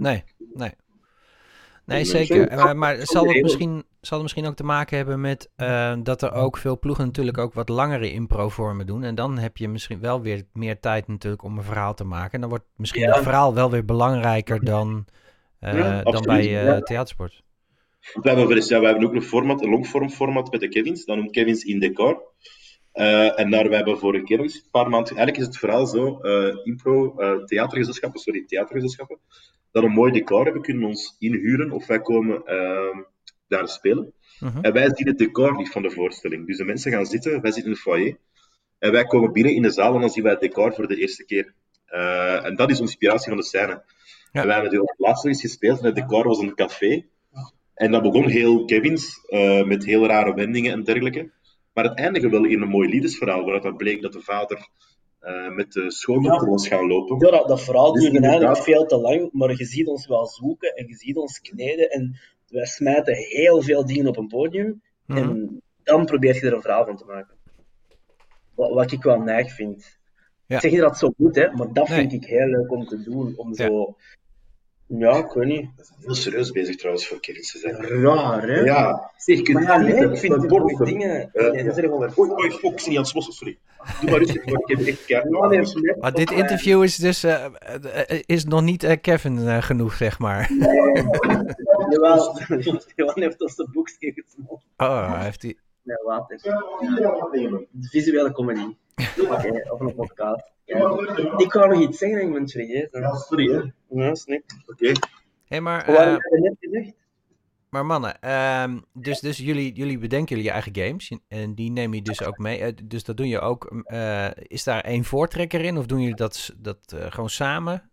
Nee, zeker. Maar zal het misschien ook te maken hebben met dat er ook veel ploegen natuurlijk ook wat langere impro-vormen doen. En dan heb je misschien wel weer meer tijd natuurlijk om een verhaal te maken. En dan wordt misschien het verhaal wel weer belangrijker dan bij theatersport. We hebben ook een longform format met de Kevins. Dan noemt Kevins in decor. En daar hebben we vorige keer een paar maanden... Eigenlijk is het verhaal zo, theatergezelschappen, dat een mooi decor hebben, kunnen ons inhuren of wij komen daar spelen. En wij zien het decor niet van de voorstelling. Dus de mensen gaan zitten, wij zitten in de foyer. En wij komen binnen in de zaal en dan zien wij het decor voor de eerste keer. En dat is onze inspiratie van de scène. Ja. En wij hebben natuurlijk het laatste eens gespeeld en het decor was een café. En dat begon heel Kevins, met heel rare wendingen en dergelijke. Maar het eindigde wel in een mooi liefdesverhaal, waaruit dat bleek dat de vader met de schoondochter was gaan lopen. Ja, dat verhaal Dus duurde eigenlijk inderdaad- veel te lang, maar je ziet ons wel zoeken en je ziet ons kneden en wij smijten heel veel dingen op een podium en dan probeer je er een verhaal van te maken. Wat ik wel neig vind. Ja. Ik zeg niet dat het zo moet, hè, maar dat Nee. vind ik heel leuk om te doen. Om Ja. zo... Ja, ik weet niet. Heel serieus bezig trouwens voor Kevins te zijn. Raar, hè? Ja, zeg, je kunt Maar ja, nee, niet ik vind het het bord mooie van- dingen. Ja. Ja, zeg gewoon. Oei, fuck, ik zie niet aan het smossen, sorry. Doe maar rustig, maar ik heb echt keihard- Johan heeft net- Maar dit interview is dus is nog niet Kevin genoeg, zeg maar. Jawel, Johan heeft ons de boekje gesmolten. Oh, heeft hij... Nee, wat is visuele comedy. Oké, of een podcast. Ja. Ik wou nog iets zeggen en ik ben het vergeten. Ja, sorry, hè. Ja, is niks. Oké. Hey, maar, Wat heb je net gezegd? maar mannen, dus jullie bedenken jullie eigen games en die neem je dus ook mee. Dus dat doe je ook. Is daar één voortrekker in of doen jullie dat gewoon samen?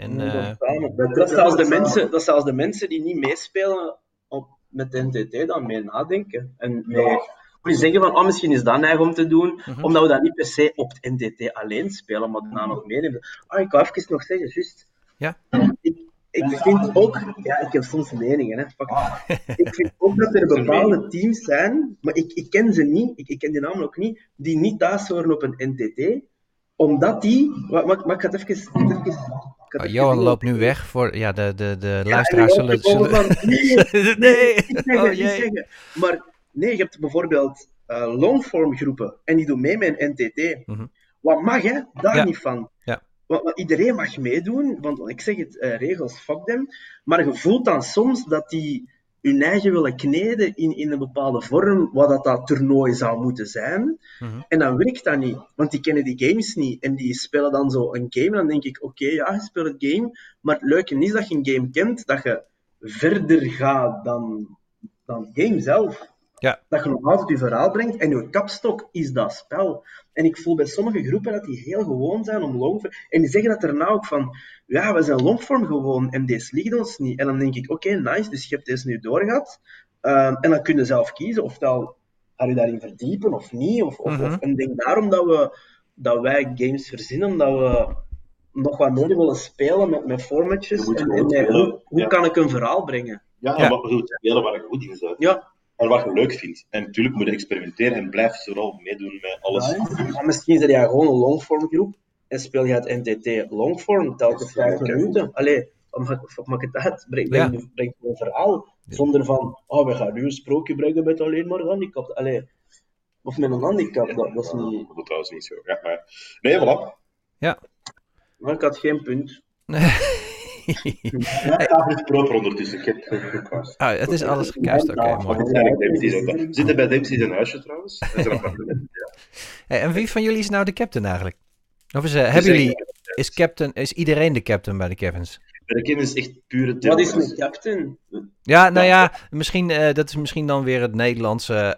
Dat zelfs de mensen die niet meespelen met de NTT dan mee nadenken. En mee zeggen van, misschien is dat neig om te doen, omdat we dat niet per se op het NTT alleen spelen, maar daarna nog meenemen. Ik wou even nog zeggen, juist. Ja? Ik vind ook, ja, ik heb soms meningen, hè. Ik vind ook dat er bepaalde teams zijn, maar ik ken ze niet, ik ken die namen ook niet, die niet thuis horen op een NTT, omdat die... Maar ik ga het even... Johan loopt nu weg voor de luisteraars en dan zullen... van, Nee. ik zeg Oh, het, jee. zeggen. Maar nee, je hebt bijvoorbeeld longform groepen en die doen mee met een NTT. Wat mag, hè? Daar Ja. niet van. Ja. Want iedereen mag meedoen, want ik zeg het, regels, fuck them. Maar je voelt dan soms dat die hun eigen willen kneden in een bepaalde vorm, wat dat toernooi zou moeten zijn. En dan werkt dat niet, want die kennen die games niet. En die spelen dan zo een game, en dan denk ik, oké, ja, je speelt het game, maar het leuke is dat je een game kent, dat je verder gaat dan het game zelf. Ja. Dat je nog altijd je verhaal brengt, en je kapstok is dat spel. En ik voel bij sommige groepen dat die heel gewoon zijn om longform... En die zeggen dat daarna ook van, ja, we zijn longform gewoon, en deze ligt ons niet. En dan denk ik, oké, nice, dus je hebt deze nu doorgehad. En dan kun je zelf kiezen, ofwel ga je daarin verdiepen of niet. En ik denk daarom dat wij games verzinnen, dat we nog wat meer willen spelen met formatjes. Je moet En gewoon met spelen, hoe ja. kan ik een verhaal brengen? Ja, Ja. en wat bedoelt spelen waar je goed in bent. Ja. En wat je leuk vindt. En natuurlijk moet je experimenteren en blijf vooral meedoen met alles. Maar misschien zit jij gewoon een longform groep en speel je het NTT longform telkens 5 minuten. Allee, wat maakt het uit? Breng een verhaal. Zonder van, we gaan nu een sprookje brengen met alleen maar handicap. Allee, of met een handicap, dat is niet... Dat is trouwens niet zo. Ja, maar... Nee, voilà. Ja. Maar ik had geen punt. Ja, ik ga het proper ondertussen. Ik heb het gekast. Oh, het is alles gekuist, oké, mooi. We zitten bij Dempsey in huisje trouwens. Dat is een appartement. Ja. Hey, en wie van jullie is nou de captain eigenlijk? Of hebben jullie... Is iedereen de captain bij de Kevins? Bij de kinderen is echt pure Wat is democratie. een captain? Ja, nou ja, misschien, dat is misschien dan weer het Nederlandse...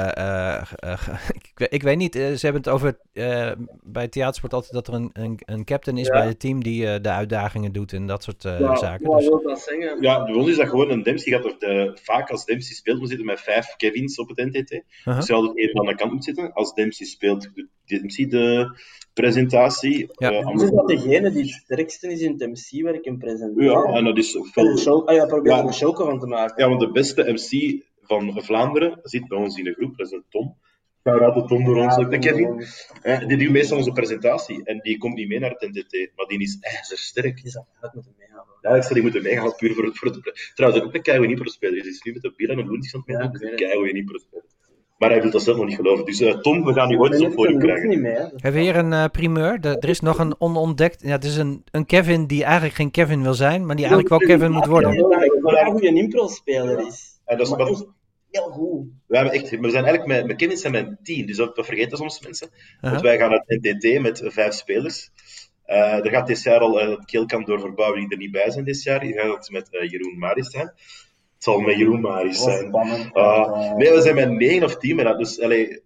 ik weet niet, ze hebben het over bij theatersport altijd dat er een captain is bij het team die de uitdagingen doet en dat soort zaken. Wat Dus, wil dat zeggen? Ja, bij ons is dat gewoon een Dempsey gaat vaak als Dempsey speelt, we zitten met 5 Kevins op het NTT. Dus je altijd één aan de kant moet zitten. Als Dempsey speelt, doet Dempsey de presentatie. Ja. Is dat degene die het sterkste is in het MC-werk en presenteren? Ja, en dat is En veel... een show, probeer er Ja. een show van te maken. Ja, want de beste MC van Vlaanderen zit bij ons in de groep, dat is een Tom. Shout-out de Tom door ons, ook de Kevin. Die doet meestal onze presentatie en die komt niet mee naar het NTT, maar die is ijzersterk. Die zou uit moeten meegaan. Ja, ik zou die moeten meegaan, puur voor de... Trouwens, er ook een keigoeie Nipro-speler. Die is nu met de bier en een Loenix aan het meedoen, Ja, dus ik een weet het. keigoeie Nipro-speler. Maar hij wil dat zelf nog niet geloven. Dus Tom, we gaan nu ooit eens op voor u krijgen. niet mee, hè. hebben we hier een primeur? Er is nog een onontdekt... Ja, het is een Kevin die eigenlijk geen Kevin wil zijn, maar die eigenlijk wel Kevin moet worden. Ik wil graag hoe je een impro-speler is. En dat is Maar wat... echt heel goed. We zijn eigenlijk met Kevin zijn met een 10, dus dat vergeten soms mensen. Want Uh-huh. wij gaan naar het NTT met 5 spelers. Er gaat dit jaar al het keelkamp door verbouwing die er niet bij zijn dit jaar. Die gaat met Jeroen Maris zijn. Het zal met Jeroen Maris zijn. Nee, we zijn met 9 of 10. Maar dat, dus,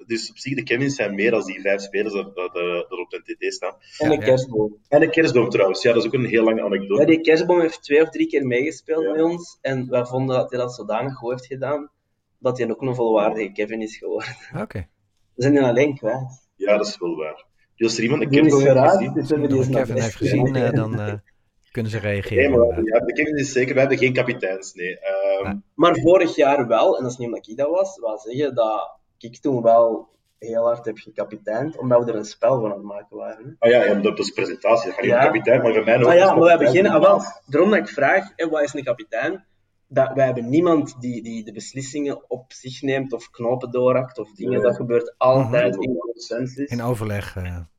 Dus op zich, de Kevins zijn meer dan die 5 spelers dat op de NTT staan. En een kerstboom. En de kerstboom trouwens, ja, dat is ook een heel lange anekdote. Ja, die kerstboom heeft 2 of 3 keer meegespeeld bij ons. En wij vonden dat hij dat zodanig goed heeft gedaan, dat hij ook een volwaardige Kevin is geworden. Oké. We zijn die alleen kwijt. Ja, dat is wel waar. Dus als er iemand de Die is kerstboom heeft geraakt, gezien... dus we hebben die Als eens naar Kevin heeft best gezien, dan kunnen ze Nee, reageren. maar inderdaad. ja, de Kevin is zeker... We hebben geen kapiteins, nee. Maar vorig jaar wel, en dat is niet omdat ik dat was, wil zeggen dat ik toen wel heel hard heb gekapiteind, omdat we er een spel van aan het maken waren. Ja, maar dat is presentatie. Dat gaat niet om Ja. kapitein, maar voor mij ook. Ah is ja, maar we hebben kapitein. geen... wel, daarom dat ik vraag, wat is een kapitein? Wij hebben niemand die de beslissingen op zich neemt, of knopen doorhakt, of dingen. Nee. Dat gebeurt altijd in consensus. In overleg.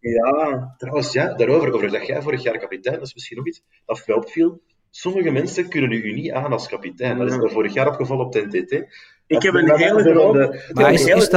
Ja, Trouwens, ja, daarover, over dat jij vorig jaar kapitein, dat is misschien nog iets dat mij opviel. Sommige mensen kunnen u niet aan als kapitein. Dat is me vorig jaar opgevallen op de NTT. ik heb een hele grote... Maar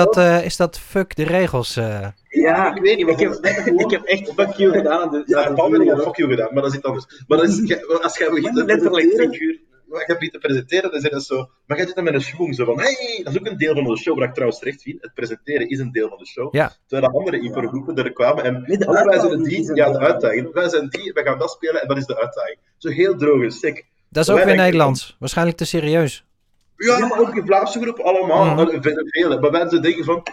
is dat fuck de regels? Ja, Ik weet niet, ik heb echt fuck you gedaan. Ja, Paul heeft fuck you gedaan, maar dat is iets anders. Maar dat is, als jij begint te letterlijk presenteren, figuur. maar je begint te presenteren, dan is het zo... Maar jij zit dan met een schwung, zo van... Hey, dat is ook een deel van de show, wat ik trouwens terecht vind. Het presenteren is een deel van de show. Ja. Terwijl de andere improgroepen er kwamen en... Nee, de wij zijn uitdaging die, is een ja, deel de van de uitdaging. Wij zijn die, wij gaan dat spelen en dat is de uitdaging. Zo heel droog en sec. Dat is ook Wij weer denken Nederlands. Waarschijnlijk te serieus. Ja, maar ook in Vlaamse groep allemaal. Vele. Maar wij zo denken van...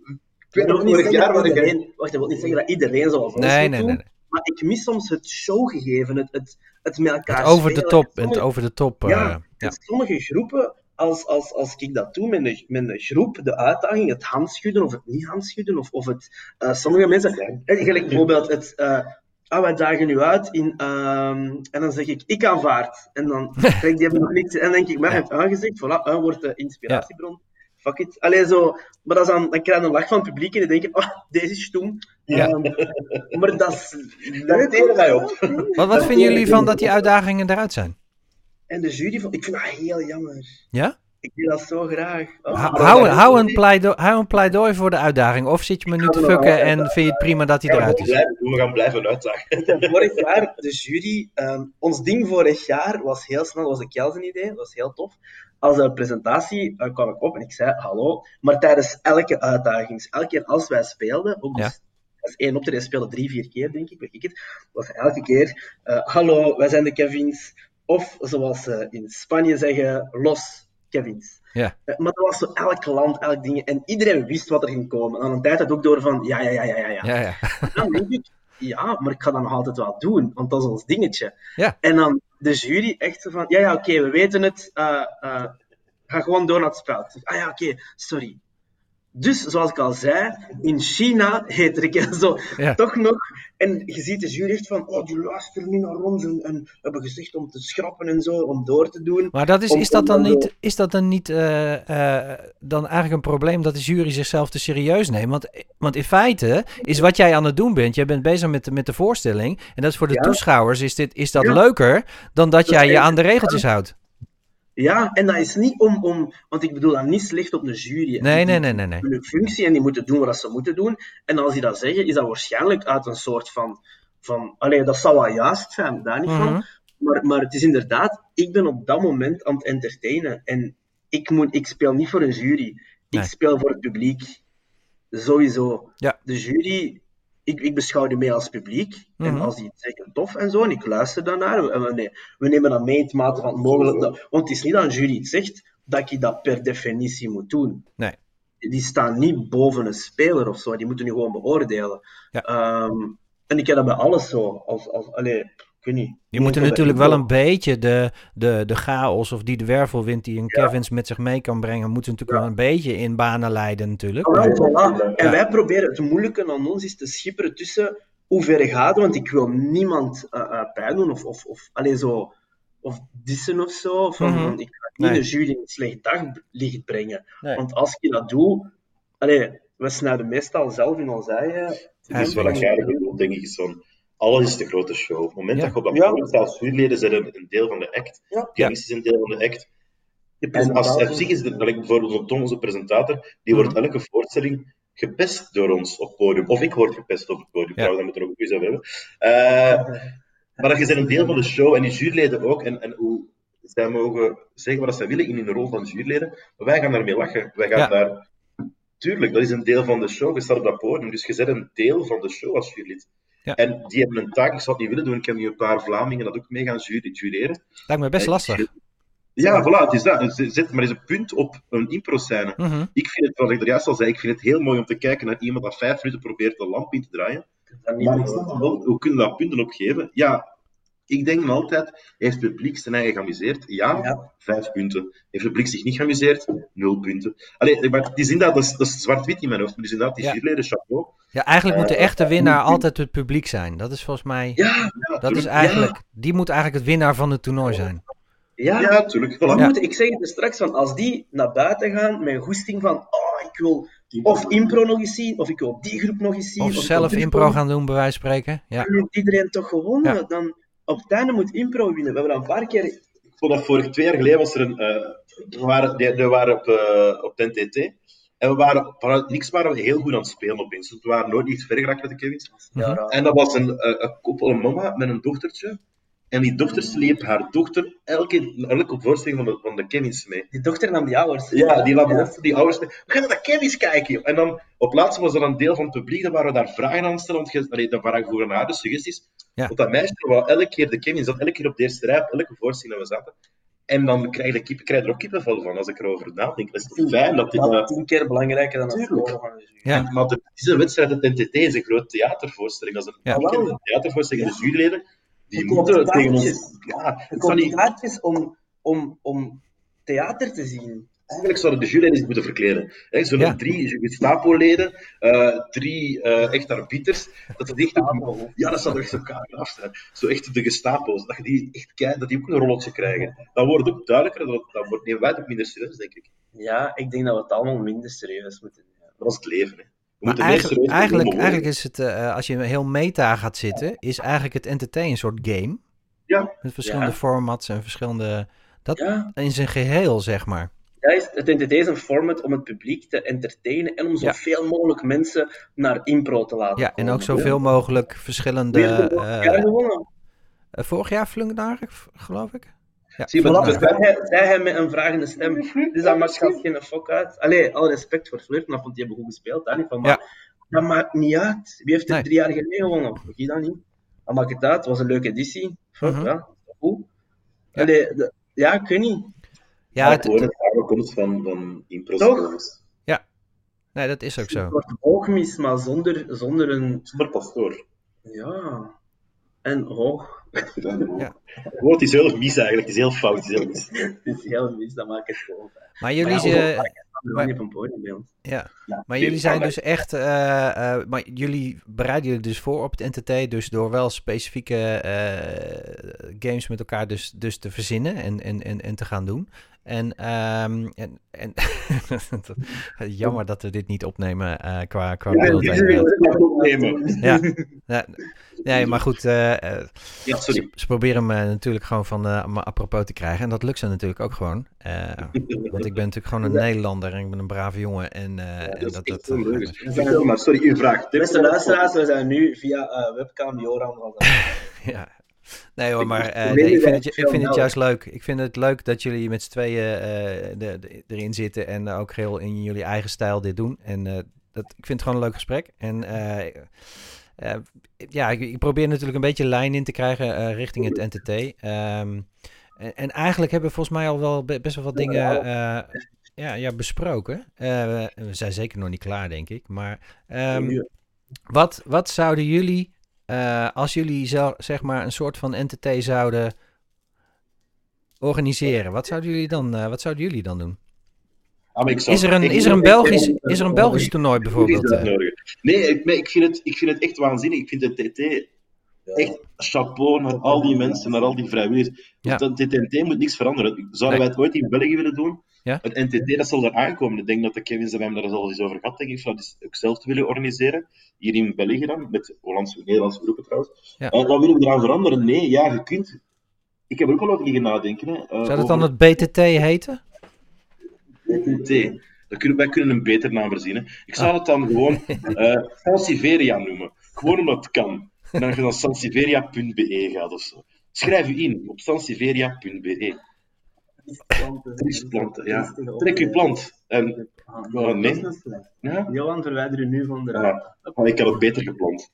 Ik weet Dat nog, wil niet vorig zeggen jaar... dat waar ik- iedereen... Wacht, dat wil niet zeggen dat iedereen zoals ons Nee, moet nee, doen, nee. maar ik mis soms het showgegeven, het met elkaar Het over de spelen. top. Sommige- Het over de top. Ja, Ja. en sommige groepen, als ik dat doe met een groep, de uitdaging, het handschudden of het niet handschudden, of het... sommige mensen... Gelijk bijvoorbeeld het... wij dagen nu uit in... en dan zeg ik aanvaard. En dan krijg ik die nog niks. En dan denk ik, maar het aangezegd, voilà, wordt de inspiratiebron. Fuck it. Allee, zo... Maar dat is dan krijg je een lach van het publiek en dan denk je, deze is stoem. Ja. Maar dat is Daar leuk. teren wij op. Wat vinden jullie van dat die uitdagingen eruit zijn? En de jury vond... Ik vind dat heel jammer. Ja? Ik wil dat zo graag. Hou een pleidooi voor de uitdaging. Of zit je me nu te fucken en vind je het prima dat hij eruit is? We gaan blijven uitdagen. Vorig jaar, de jury, ons ding vorig jaar was heel snel, was een Kelsen-idee, dat was heel tof. Als een presentatie kwam ik op en ik zei hallo, maar tijdens elke uitdaging, elke keer als wij speelden, ook Ja. dus, als 1 optreden speelde 3-4 keer, denk ik, weet ik het, was elke keer hallo, wij zijn de Kevins, of zoals ze in Spanje zeggen, los Kevins. Ja. Maar dat was zo elk land, elk ding, en iedereen wist wat er ging komen. En aan een tijd had ook door van, ja. Ja. Dan denk ik, ja, maar ik ga dat nog altijd wel doen, want dat is ons dingetje. Ja. En dan de jury echt zo van, ja, oké, we weten het, ga gewoon door naar het spel. Ik zeg, oké, sorry. Dus, zoals ik al zei, in China heet er zo Ja. toch nog... En je ziet de jury echt van, die luisteren niet naar ons en hebben gezegd om te schrappen en zo, om door te doen. Maar is dat dan niet dan eigenlijk een probleem dat de jury zichzelf te serieus neemt? Want in feite is wat jij aan het doen bent, jij bent bezig met de voorstelling, en dat is voor de toeschouwers, is dat leuker dan dat jij je aan de regeltjes houdt. Ja, en dat is niet om want ik bedoel dat niet slecht op de jury. Nee. Die hebben een functie en die moeten doen wat ze moeten doen. En als die dat zeggen, is dat waarschijnlijk uit een soort van allee, dat zou wel juist zijn, daar niet van. Maar het is inderdaad, ik ben op dat moment aan het entertainen. En ik speel niet voor een jury. Ik speel voor het publiek. Sowieso. Ja. De jury... Ik beschouw die mee als publiek. En als die het zeggen tof en zo, en ik luister daarnaar. En we nemen dat mee in het mate van het mogelijk. Want het is niet dat een jury iets zegt, dat je dat per definitie moet doen. Nee. Die staan niet boven een speler of zo. Die moeten nu gewoon beoordelen. Ja. En ik heb dat bij alles zo. Allee, ik weet niet. Je moet natuurlijk wel een beetje de chaos of die de wervelwind die een Kevins met zich mee kan brengen, moeten natuurlijk wel een beetje in banen leiden natuurlijk. Voilà. En wij proberen het moeilijke aan ons is te schipperen tussen hoe ver gaat het, want ik wil niemand pijn doen of allee, zo, of dissen of zo. Van, ik ga niet de jury een slecht daglicht brengen. Nee. Want als ik dat doe, allee, we snijden meestal zelf in ons eigen. Dat is wat jij bedoelt, denk ik, is van... Alles is de grote show. Op het moment dat je op dat Ja. podium staat als juryleden, zijn een deel van de act. Ja. Kevins is een deel van de act. De En als presentator. op zich is het, bijvoorbeeld onze presentator, die wordt elke voorstelling gepest door ons op het podium. Of ik word gepest op het podium, trouwens, dat moeten we er ook eens over hebben. Maar dat je bent een deel van de show, en die juryleden ook. En hoe zij mogen zeggen wat zij willen in hun rol van juryleden. Maar wij gaan daarmee lachen. Wij gaan daar Tuurlijk, dat is een deel van de show. Je staat op dat podium, dus je bent een deel van de show als jurylid. Ja. En die hebben een taak, ik zou het niet willen doen. Ik heb nu een paar Vlamingen dat ook mee gaan jureren. Lijkt me best lastig. Ja, voilà, het is dat. Zet maar eens een punt op een impro-scène. Mhm. Ik vind het, wat ik er juist al zei, ik vind het heel mooi om te kijken naar iemand dat 5 minuten probeert de lamp in te draaien. Maar ik snap wel, hoe kunnen we dat punten opgeven? Ja, ik denk me altijd, heeft het publiek zijn eigen geamuseerd? Ja, 5 punten. Heeft het publiek zich niet geamuseerd? 0 punten. Allee, maar het is inderdaad, dat is zwart-wit in mijn hoofd, maar dus inderdaad, die juryleden, chapeau. Ja, eigenlijk moet de echte winnaar altijd het publiek zijn. Dat is volgens mij... dat is eigenlijk... Die moet eigenlijk het winnaar van het toernooi zijn. Ja, tuurlijk. Voilà. Ik zeg het er straks van, als die naar buiten gaan met een goesting van, ik wil of impro nog eens zien, of ik wil die groep nog eens zien. Of zelf impro gaan doen, bij wijze van spreken. Ja. Dan heeft iedereen toch gewonnen. Dan, op het einde moet impro winnen. We hebben dat een paar keer... Ik vond dat 2 jaar geleden was er een... we waren op de NTT. En vanuit niks waren we heel goed aan het spelen opeens. Dus we waren nooit niet ver geraakt met de Kevins. En dat was een koppel, een mama met een dochtertje. En die dochter sleep haar dochter elke voorstelling van de Kevins mee. Die dochter nam die ouders. Ja, die nam die ouders mee. We gaan naar de Kevins kijken, joh. En dan, op laatst was er een deel van het publiek, daar waren we daar vragen aan stellen. Dat waren voor haar de suggesties. Ja. Want dat meisje wou elke keer, de Kevins zat elke keer op de eerste rij, op elke voorstelling dat we zaten. En dan krijg je er ook kippenvel van, als ik erover nadenk. Dat is toch fijn dat dit... Dat is 10 keer belangrijker dan het scoren van de jury. Ja. Maar het is een wedstrijd, het NTT is een groot theatervoorstelling. Dat is een weekend theatervoorstelling. De juryleden, die moeten tegen ons... Ja, Het komt kaartjes om theater te zien. Eigenlijk zouden de juryleden zich moeten verkleden. Hè, zo'n 3 Gestapo-leden, 3 echt arbiters. Dat het echt... dat zou echt zo gaaf zijn. Zo echt de Gestapo's. Dat die echt dat die ook een rolletje krijgen. Dan wordt het ook duidelijker. Dan nemen wij het ook minder serieus, denk ik. Ja, ik denk dat we het allemaal minder serieus moeten nemen. Dat is het leven, hè. Maar eigenlijk is het, als je heel meta gaat zitten, is eigenlijk het NTT een soort game. Ja. Met verschillende formats en verschillende... Dat in zijn geheel, zeg maar. Ja, het NTT is een format om het publiek te entertainen en om zoveel mogelijk mensen naar impro te laten komen. En ook zoveel mogelijk verschillende... gewonnen. Vorig jaar Flunkendaar, geloof ik. Ja, zei hij met een vragende stem. Dus dat match gaat geen fok uit. Allee, alle respect voor Flirten, dat vond hij goed gespeeld. Daar niet van, maar dat maakt niet uit. Wie heeft er 3 jaar geleden gewonnen? Vergeet dat niet. Dat maakt het uit. Het was een leuke editie. Ja, goed. Allee, ik weet niet. Ja, het gewoon een samenkomst van impro-spelers. Ja, nee, dat is ook zo. Het wordt hoogmis, maar zonder een... Zonder pastoor. Ja. En hoog. Ja. Het is heel mis eigenlijk, het is heel fout. Het is heel mis, dat maakt het gewoon. Maar jullie... Maar jullie zijn dus echt... maar jullie bereiden je dus voor op het NTT, dus door wel specifieke games met elkaar dus te verzinnen en te gaan doen. En jammer dat we dit niet opnemen qua beeld. Ja, nee, maar goed. Ze proberen me natuurlijk gewoon van me apropos te krijgen. En dat lukt ze natuurlijk ook gewoon. Want ik ben natuurlijk gewoon een Nederlander en ik ben een brave jongen. Maar sorry, uw vraag. Beste luisteraars, we zijn nu via webcam Joran van Ja. Nee hoor, maar ik vind het juist leuk. Ik vind het leuk dat jullie met z'n tweeën erin zitten en ook heel in jullie eigen stijl dit doen. En ik vind het gewoon een leuk gesprek. En ik probeer natuurlijk een beetje lijn in te krijgen richting het NTT. En eigenlijk hebben we volgens mij al wel best wel wat dingen besproken. We zijn zeker nog niet klaar, denk ik. Maar wat zouden jullie... als jullie zeg maar een soort van NTT zouden organiseren, wat zouden jullie dan doen? Is er een Belgisch toernooi bijvoorbeeld? Nee, ik vind het echt waanzinnig. Ik vind het TT echt chapeau naar al die mensen, naar al die vrijwilligers. Ja. Het TT moet niks veranderen. Zouden wij het ooit in België willen doen? Ja? Het NTT, dat zal er aankomen. Ik denk dat de Kevins en wij daar al eens over gehad, denk ik, dat is ook zelf te willen organiseren. Hier in België dan, met Nederlandse groepen trouwens. Ja. Wat willen we eraan veranderen? Nee, je kunt... Ik heb er ook al over liggen nadenken. Hè. Zou dat dan het BTT heten? BTT. Wij kunnen een beter naam verzinnen. Ik zou het dan gewoon Sansiveria noemen. Gewoon omdat het kan. En dan je naar sansiveria.be gaat of zo. Schrijf u in op sansiveria.be. Triesplanten, ja. Trek uw plant. En, nee. Dat is slecht. Ja? Johan, verwijder u nu van de... Maar ik had het beter gepland.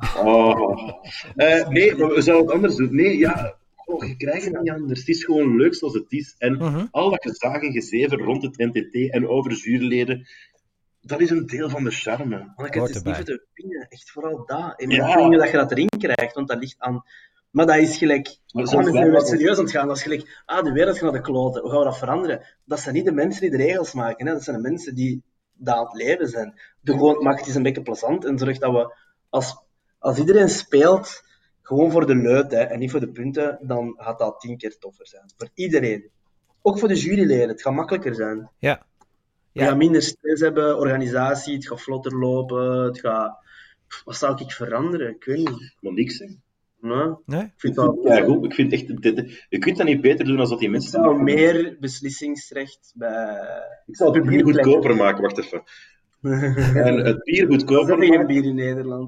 Nee, maar we zouden het anders doen. Nee, ja... je krijgt het niet anders. Het is gewoon leuk zoals het is. En al dat gezag en gezever rond het NTT en over juryleden, dat is een deel van de charme. Want het is niet voor de winnen, echt vooral dat. En Ja. ik weet niet dat je dat erin krijgt, want dat ligt aan... Maar dat is gelijk... We zijn weer serieus aan het gaan. Dat is gelijk... de wereld gaat naar de kloten. Hoe gaan we dat veranderen? Dat zijn niet de mensen die de regels maken. Hè? Dat zijn de mensen die daar aan het leven zijn. Maak het eens een beetje plezant en zorg dat we... Als iedereen speelt... Gewoon voor de leut en niet voor de punten, dan gaat dat 10 keer toffer zijn. Voor iedereen. Ook voor de juryleden. Het gaat makkelijker zijn. Ja. Je gaat minder stress hebben, organisatie, het gaat vlotter lopen. Het gaat... Wat zou ik veranderen? Ik weet niet. Maar niks, hè. Nee? Ik vind dat... Ja, goed. Ik vind echt... Je kunt dat niet beter doen dan dat die Ik mensen... zou meer beslissingsrecht bij... Ik zou het bier goedkoper maken. Wacht even. En het bier We goedkoper hebben geen maken... bier in Nederland.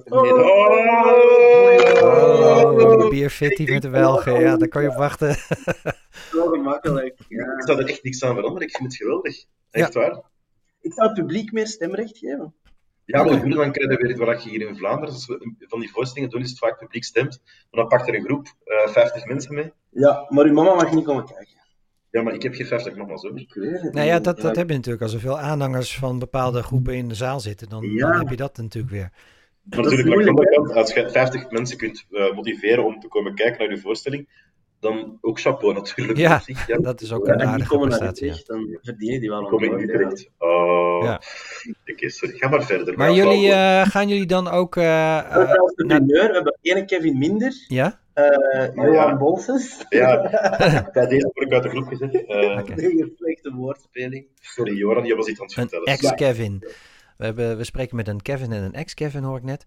Bierfitty met de Belgen. Ja, daar kan je op wachten. Zo gemakkelijk. Ja. Ik zou er echt niks aan veranderen. Ik vind het geweldig. Echt waar. Ik zou het publiek meer stemrecht geven. Ja, maar goed, dan krijg je weer wat je hier in Vlaanderen, als we van die voorstellingen doen, is het vaak publiek stemt. Maar dan pakt er een groep 50 mensen mee. Ja, maar uw mama mag niet komen kijken. Ja, maar ik heb geen 50 mama's hoor. Ik weet het Nou ja, niet. dat heb je natuurlijk. Als er veel aanhangers van bepaalde groepen in de zaal zitten, dan heb je dat natuurlijk weer. Maar natuurlijk, aan de andere kant, als je 50 mensen kunt motiveren om te komen kijken naar je voorstelling, dan ook chapeau natuurlijk. Ja, op zich, ja. dat is ook Ja, een en die aardige komen naar prestatie. Ja. Utrecht, dan verdienen die wel Kom ik een niet woord, ja. terecht. Oh. Ja. Oké, sorry. Ga maar verder. Maar jullie, gaan jullie dan ook... We hebben trouwens de primeur, we hebben ene Kevin minder, Ja? Johan Bolses. Ja, bij deze word ik uit de groep gezet. Een slechte woordspeling. Sorry, Joran, je was iets aan het Een vertellen. ex-Kevin. We spreken met een Kevin en een ex-Kevin, hoor ik net.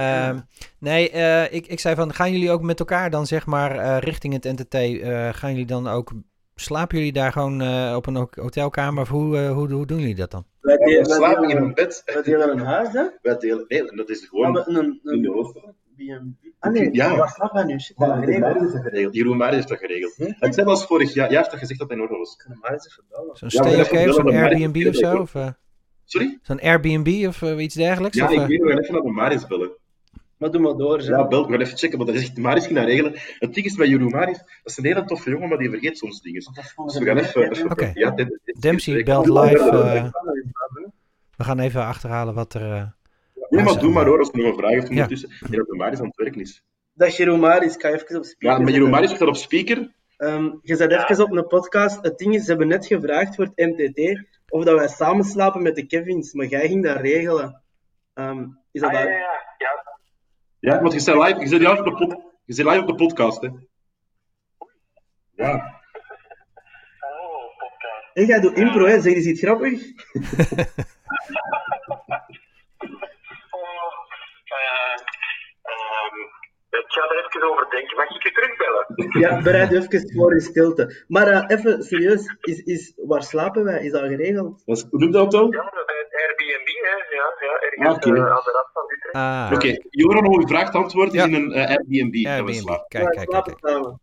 Ik zei van, gaan jullie ook met elkaar dan zeg maar richting het NTT, gaan jullie dan ook, slapen jullie daar gewoon op een hotelkamer? Of hoe doen jullie dat dan? We slapen in een bed. Wij delen een huis, hè? Wij delen... Nee, dat is We gewoon... hebben in de hoofdstad. Ah nee, Ja. waar slapen wij nu? Jeroen Maris heeft dat geregeld. Het zei was vorig jaar, jij heeft dat gezegd dat hij in orde was. Ik kan hem maar eens even bellen. Zo'n Ja, maar stay dat oké is of zo'n wel een Airbnb of Maris- zo? Of, Sorry? zo'n Airbnb of iets dergelijks? Ja, Of, ik weet nog even naar de Maris bellen. Maar doe maar door, Ja, bel, we gaan even checken, want dat is echt, Maris ging dat regelen. Het ding is met Jeroen Maris, dat is een hele toffe jongen, maar die vergeet soms dingen. Dus we gaan even... Oké. Ja, Dempsey belt live. We gaan even achterhalen wat er... Nee, maar doe maar hoor, als je nog een vraag heeft Ja. ondertussen. Ja, dat de Maris aan het werken is. Dag Jeroen Maris, ik ga even op speaker Ja, maar Jeroen zetten. Maris staat op speaker. Je zet even op een podcast. Het ding is, ze hebben net gevraagd voor het NTT of dat wij samen slapen met de Kevins, maar jij ging dat regelen. Is dat Ja, want je zit live op de podcast, hè. Ja. En jij doet impro, hè? Zeg eens iets grappig. Ik ga er even over denken. Mag ik je terugbellen? Ja, bereid even voor in stilte. Maar even serieus, waar slapen wij? Is dat geregeld? Hoe doe je dat dan? Ja, bij het Airbnb, hè. Ja, ergens Oké. aan de rand van Utrecht. Oké, Joran, hoe je vraagt antwoord is Ja. in een Airbnb. Dat we Airbnb. slapen. Kijk. Slapen samen.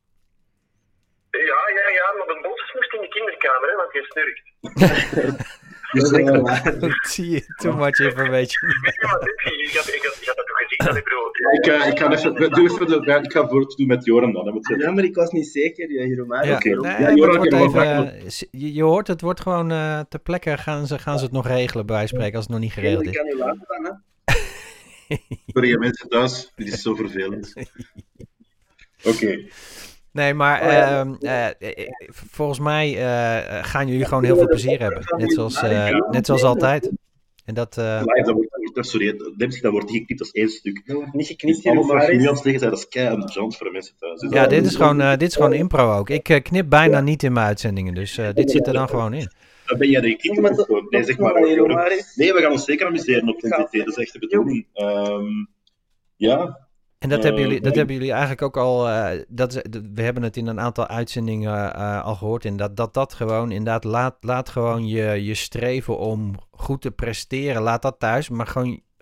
Ja, maar de Bolses moest in de kinderkamer, hè, want je snurkt. Dus Zie je, too much information. Ja, ik had dat toch gezien, hè, bro. ik ga even ik ga voor doen met Joran dan. Hè, want Ja, maar ik was niet zeker, Jeroen Maris. Ja, Oké. nee, Ja, maar het Joran, wordt ik heb nog even, je hoort, het wordt gewoon ter plekke gaan ze het nog regelen, bij wijze van spreken, als het nog niet geregeld Ik is. kan u laten dan, hè. Sorry, mensen thuis. Dit is zo vervelend. Oké. Nee, maar volgens mij gaan jullie gewoon heel veel plezier hebben. Net zoals altijd. En dat... Live, dat wordt... Sorry, dat wordt niet geknipt als één stuk. Dat wordt niet Dus geknipt, alles Jeroen wat je nu aan Maris. het zeggen bent, dat is kei amusant voor de mensen thuis. Dus ja, dat- dit is gewoon impro ook. Ik knip bijna niet in mijn uitzendingen, dus dit zit er dan gewoon in. Dan ben jij de geknipt. Maar dat- Nee, zeg maar. Jeroen Joran. Maris. Nee, we gaan ons zeker amuseren op de NTT. Dat is echt de bedoeling. Ja. En dat hebben jullie eigenlijk ook al... we hebben het in een aantal uitzendingen al gehoord. En dat gewoon inderdaad... Laat gewoon je streven om goed te presteren. Laat dat thuis. Maar gewoon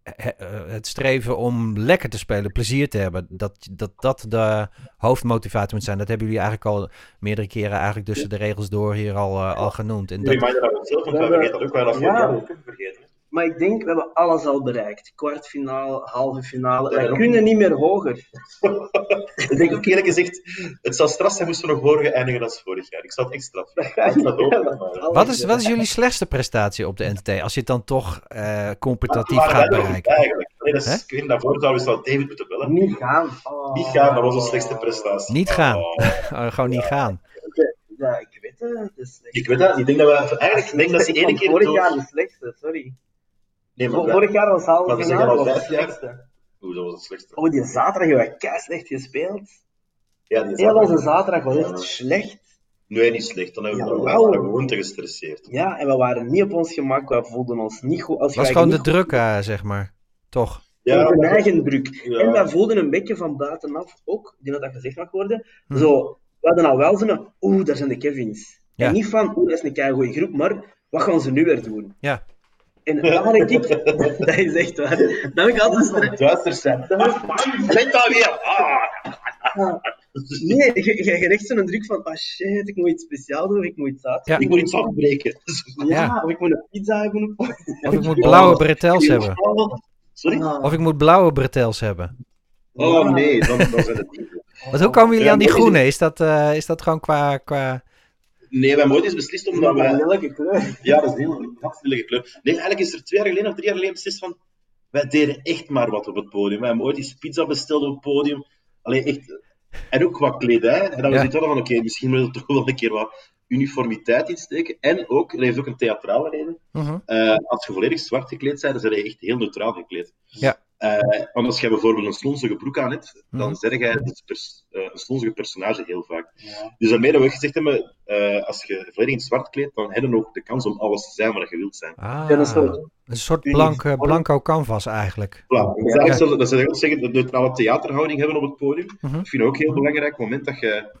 het streven om lekker te spelen, plezier te hebben, dat de hoofdmotivatie moet zijn. Dat hebben jullie eigenlijk al meerdere keren eigenlijk tussen de regels door hier al genoemd. En Jullie maken dat zelf, want wij vergeten dat ook. Wij dat vorig jaar ook kunnen vergeten. Maar ik denk, we hebben alles al bereikt. Kwartfinale, halve finale. Wij kunnen niet meer hoger. Ik denk ook eerlijk gezegd, het zou straf zijn moesten we nog hoger eindigen dan vorig jaar. Ik zou het echt straf vinden. Wat is jullie slechtste prestatie op de NTT, als je het dan toch competitief gaat bereiken? Eigenlijk. Nee, dat is, ik weet, daarvoor zou David moeten bellen. Niet gaan. Niet gaan, dat was de slechtste prestatie. Niet gaan. Gewoon niet gaan. Ja, ik weet het. Ik weet dat. Ik denk dat we eigenlijk, ik denk dat ze één keer vorig jaar de slechtste, sorry. Nee, maar Vorig jaar was halve maar we zeggen finale al was 5 de jaar. slechtste. Oeh, dat was het slechtste. Oh, die zaterdag hebben we kei slecht gespeeld. Ja, die Heel onze zaterdag was echt slecht. Nee, niet slecht. Dan hebben we Ja, waren gewoon te gestresseerd. Ja, en we waren niet op ons gemak. We voelden ons niet goed. Als Het was je gewoon de niet druk, zeg maar. Toch? Ja, onze eigen druk. Ja. En wij voelden een beetje van buitenaf ook, die dat gezegd mag worden. Zo, we hadden al wel zo'n, daar zijn de Kevins. Ja. En niet van, dat is een keigoeie groep, maar wat gaan ze nu weer doen? Ja. En dat had ik, dat is echt waar. Dat heb ik altijd stress. Duitsers zijn. Zeg dat weer! Nee, je krijgt zo'n druk van, shit, ik moet iets speciaals doen, of ik moet iets uit. Ja. Ik moet iets afbreken. Ja, of ik moet een pizza hebben. Of ik moet blauwe bretels hebben. Sorry? Of ik moet blauwe bretels hebben. Oh nee, dan zijn het niet. Want hoe komen jullie aan die groene? Is dat gewoon qua... Nee, wij hebben ooit eens beslist omdat wij... Welke kleur? Ja, dat is een heel prachtige kleur. Nee, eigenlijk is er 2 jaar geleden of 3 jaar geleden beslist van... Wij deden echt maar wat op het podium. Wij hebben ooit eens pizza besteld op het podium. Alleen echt... En ook qua kledij. En dan we zoiets hadden van, oké, misschien moeten we er toch wel een keer wat uniformiteit in steken. En ook, er heeft ook een theatrale reden. Als je volledig zwart gekleed bent, dan ben je echt heel neutraal gekleed. Ja. Want als je bijvoorbeeld een slonzige broek aan hebt, dan zeg jij een slonzige personage heel vaak. Ja. Dus daarmee dat we gezegd hebben, als je volledig in zwart kleedt, dan heb je ook de kans om alles te zijn wat je wilt zijn. Een soort blanco canvas eigenlijk. Voilà. Dat is eigenlijk zeggen, de neutrale theaterhouding hebben op het podium. Ik vind het ook heel belangrijk, op het moment dat je...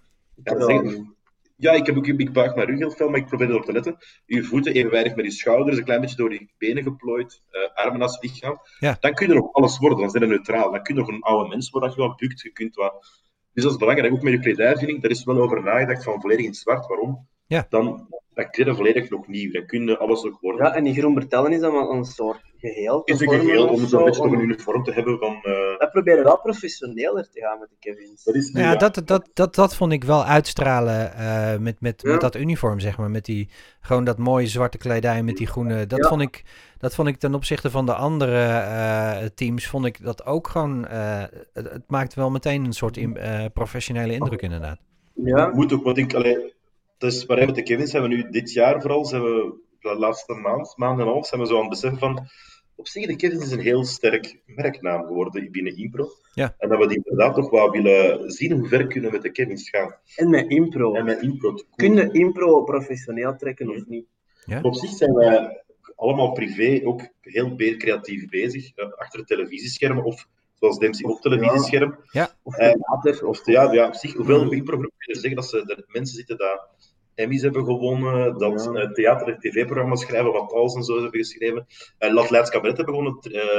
Ja, ik buig mijn rug heel veel, maar ik probeer erop te letten. Je voeten evenwijdig met je schouders, een klein beetje door je benen geplooid, armen naast het lichaam. Ja. Dan kun je nog alles worden, dan zijn je neutraal. Dan kun je nog een oude mens worden, dat je wat bukt, je kunt wat... Dus dat is belangrijk. Ook met je kledij vind ik, daar is wel over nagedacht van volledig in zwart. Waarom? Ja. Dan kleden volledig nog nieuw. Dan kun je alles nog worden. Ja, en die groen bertellen is dan wel een soort geheel. Het is een geheel om zo'n beetje toch een uniform te hebben van... We proberen wel professioneler te gaan met de Kevins. Dat is, Ja, dat vond ik wel uitstralen met dat uniform, zeg maar. Met gewoon dat mooie zwarte kledij met die groene. Dat vond ik ten opzichte van de andere teams, vond ik dat ook gewoon... het maakt wel meteen een soort professionele indruk, inderdaad. Ja. Moet ook, want dus waar hebben de Kevins hebben we nu dit jaar vooral, zijn we de laatste maand en een half, zijn we zo aan het beseffen van, op zich, de Kevins is een heel sterk merknaam geworden binnen Impro. Ja. En dat we die inderdaad toch wel willen zien hoe ver kunnen we met de Kevins gaan. En met impro. En met Impro. Kun je impro professioneel trekken of niet? Ja? Op zich zijn wij allemaal privé ook heel creatief bezig, achter het televisiescherm of zoals Dempsey op televisiescherm. Ja. Of theater. Of ja, op zich, hoeveel impro-groepen kunnen zeggen dat er mensen zitten dat Emmys hebben gewonnen, dat theater- en tv-programma's schrijven, wat Pauls en zo hebben geschreven. Leids Cabaret hebben gewonnen,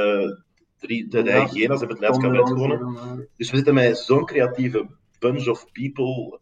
de Hyena's hebben het Leids Cabaret gewonnen. Dus we zitten met zo'n creatieve bunch of people.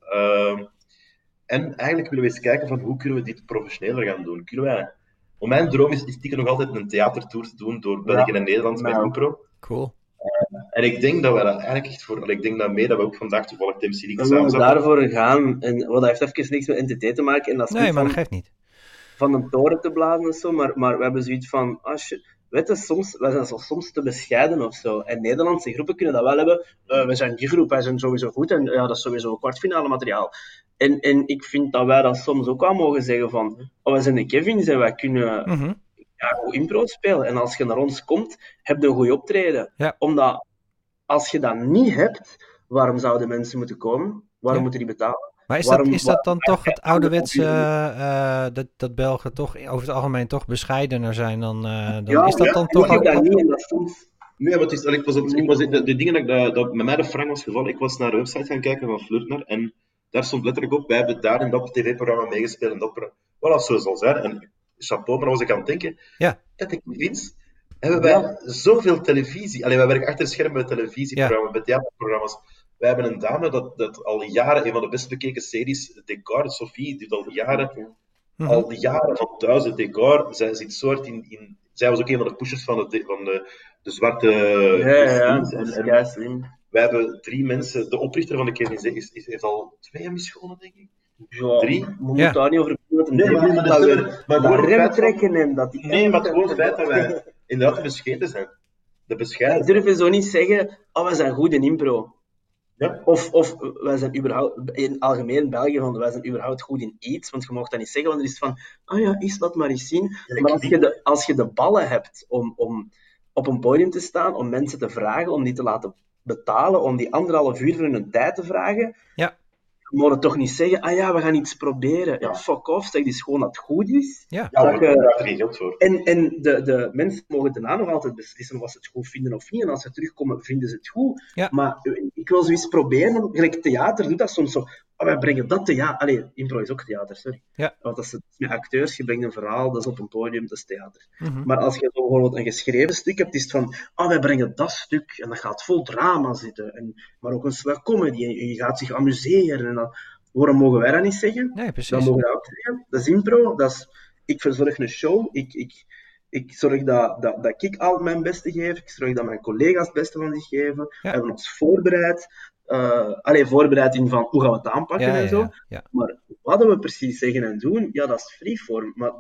En eigenlijk willen we eens kijken van hoe kunnen we dit professioneler gaan doen. Mijn droom is stiekem nog altijd een theatertour te doen door België en Nederland met impro. Cool. En ik denk dat we dat eigenlijk echt voor... Ik denk daarmee dat we ook vandaag toevallig Tim Sidik We samen willen daarvoor gaan. En dat heeft even niks met NTT te maken. En dat is Nee, goed maar dat geeft niet. van een toren te blazen of zo. Maar we hebben zoiets van... Weet je, wij zijn soms te bescheiden of zo. En Nederlandse groepen kunnen dat wel hebben. We zijn die groep, wij zijn sowieso goed. En ja, dat is sowieso kwartfinale materiaal. En ik vind dat wij dat soms ook wel mogen zeggen van... wij zijn de Kevins en wij kunnen... goed impro spelen. En als je naar ons komt, heb je een goed optreden. Ja. Omdat, als je dat niet hebt, waarom zouden mensen moeten komen? Waarom moeten die betalen? Maar is dat dan toch het ouderwetse, dat Belgen toch over het algemeen toch bescheidener zijn dan is dat dan toch ook... dat niet en dat soms... Nee, maar de dingen dat met mij de frank was gevallen, ik was naar de website gaan kijken van Flirtner en daar stond letterlijk op, wij hebben daar in dat tv-programma meegespeeld en dat voilà, zo zal zijn. En chapeau, maar dan was ik aan het denken, Ja. dat ik niet eens, hebben wij zoveel televisie. Wij werken achter de schermen bij televisieprogramma's, bij theaterprogramma's. Wij hebben een dame dat al jaren een van de best bekeken series, Decor, Sophie, die doet al jaren van thuis het decor. Zij zit soort in. Zij was ook een van de pushers van de zwarte. Wij hebben 3 mensen. De oprichter van de Kevin heeft al 2 missionen, denk ik. Ja, 3. we moeten daar niet over praten. Nee, maar dat rem trekken en dat die... Nee, maar gewoon het feit dat wij inderdaad te bescheten zijn. De bescheiden. Ik durf je zo niet zeggen, wij zijn goed in impro. Ja. Of wij zijn überhaupt, in algemeen België, wij zijn überhaupt goed in iets, want je mag dat niet zeggen, want er is van, laat maar eens zien. Ja, maar als je de ballen hebt om op een podium te staan, om mensen te vragen, om die te laten betalen, om die 1,5 uur van hun tijd te vragen, je moet het toch niet zeggen, we gaan iets proberen. Ja, fuck off, zeg dus gewoon dat het goed is. Ja, maar daar is er geen geld voor. En de mensen mogen daarna nog altijd beslissen of ze het goed vinden of niet. En als ze terugkomen, vinden ze het goed. Ja. Maar ik wil zoiets proberen. Gelijk theater doet dat soms zo. Wij brengen dat theater... impro is ook theater, sorry. Ja. Want dat is met acteurs, je brengt een verhaal, dat is op een podium, dat is theater. Mhm. Maar als je zo bijvoorbeeld een geschreven stuk hebt, is het van, wij brengen dat stuk, en dat gaat vol drama zitten, maar ook een slag comedy, en je gaat zich amuseren. En dan, waarom mogen wij dat niet zeggen? Nee, precies. Dan mogen wij ook zeggen. Dat is impro, ik verzorg een show, ik zorg dat ik al mijn beste geef, ik zorg dat mijn collega's het beste van zich geven. We hebben ons voorbereid. Voorbereid in van hoe gaan we het aanpakken en zo. Ja. Maar wat we precies zeggen en doen, dat is freeform. Maar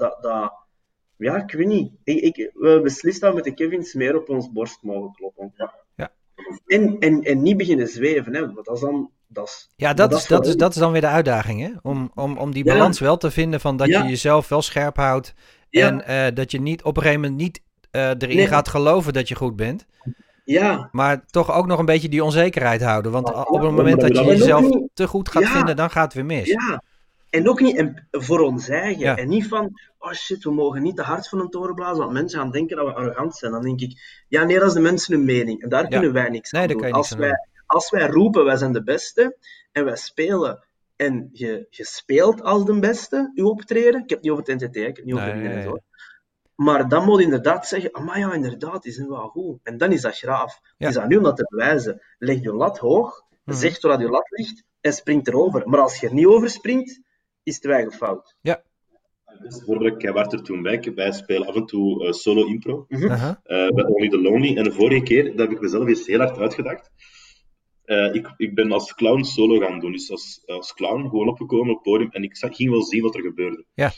ik weet niet. We beslissen dat we met de Kevins meer op ons borst mogen kloppen. Ja. En niet beginnen zweven, hè. Want dat is dan... Dat is dan weer de uitdaging, hè? Om die balans wel te vinden van dat je jezelf wel scherp houdt. Ja. En dat je niet op een gegeven moment niet erin gaat geloven dat je goed bent. Ja. Maar toch ook nog een beetje die onzekerheid houden. Want op het moment dat je jezelf te goed gaat vinden, dan gaat het weer mis. Ja. En ook niet voor ons eigen. Ja. En niet van, we mogen niet te hard van een toren blazen, want mensen gaan denken dat we arrogant zijn. Dan denk ik, dat is de mensen hun mening. En daar kunnen wij niks aan doen. Als wij roepen, wij zijn de beste, en wij spelen, en je speelt als de beste, uw optreden. Ik heb het niet over het NTT, ik heb het niet over dingen en zo. Maar dan moet je inderdaad zeggen, inderdaad, die zijn wel goed. En dan is dat graaf. Het is aan u om dat te bewijzen. Leg je lat hoog, zeg waar je lat ligt, en springt erover. Maar als je er niet over springt, is het eigen fout. Ja. Dus bijvoorbeeld, jij was er toen bij. Wij spelen af en toe solo impro. Bij Only the Lonely. En de vorige keer, dat heb ik mezelf eens heel hard uitgedacht. Ik ben als clown solo gaan doen. Dus als clown gewoon opgekomen op het podium. En ik ging wel zien wat er gebeurde. Ja.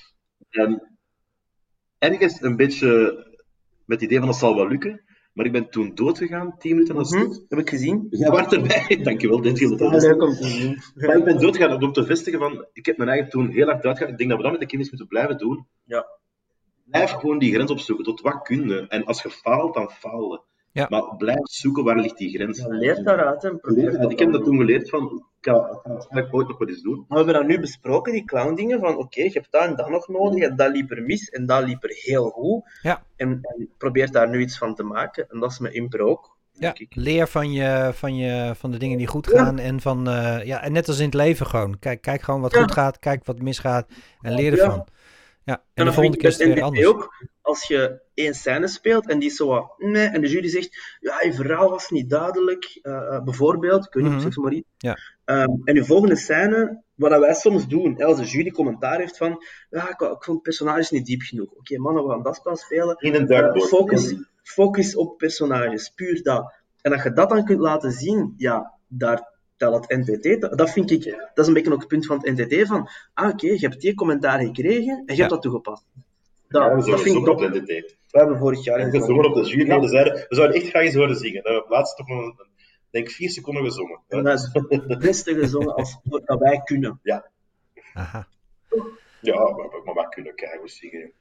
Ergens een beetje met het idee van dat zal wel lukken. Maar ik ben toen doodgegaan, 10 minuten na stoot. Heb ik gezien. Jij was erbij. Dankjewel, dit viel het leuk om te zien. Maar ik ben doodgegaan om te vestigen van... Ik heb mijn eigen toen heel hard uitgegaan. Ik denk dat we dat met de kinderen moeten blijven doen. Ja. Blijf gewoon die grens opzoeken. Tot wat kun je? En als je faalt, dan faal je. Ja. Maar blijf zoeken waar ligt die grens. Ja, leer daaruit. Ik heb dat toen geleerd van... Ik ga het ooit nog wat eens doen. We hebben dat nu besproken, die clown dingen. Van oké, je hebt dat en dat nog nodig. En dat liep er mis. En dat liep er heel goed. Ja. En probeer daar nu iets van te maken. En dat is met impro ook. Ja, leer van de dingen die goed gaan. En en net als in het leven gewoon. Kijk gewoon wat goed gaat. Kijk wat misgaat. En leer ervan. Ja, en de volgende keer is het weer anders. Ook, als je 1 scène speelt en die is zo wat... Nee, en de jury zegt... je verhaal was niet duidelijk. Bijvoorbeeld, ik weet niet, zeg maar iets. Ja. En je volgende scène, wat wij soms doen, als de jury commentaar heeft van... ik vond personages niet diep genoeg. Oké, mannen, we gaan dat spel spelen. In een dartboard. Focus op personages, puur dat. En dat je dat dan kunt laten zien, daar... Dat NTT, dat vind ik, dat is een beetje ook het punt van het NTT van, oké, je hebt die commentaar gekregen en je hebt dat toegepast. Dat vind ik op het NTT. We hebben vorig jaar gezongen op de jury. We zouden echt graag eens horen zingen. Dat hebben we laatst toch nog, denk 4 seconden gezongen. En dat is het beste gezongen dat wij kunnen. Ja. Aha. Ja, maar wij kunnen keihard zingen.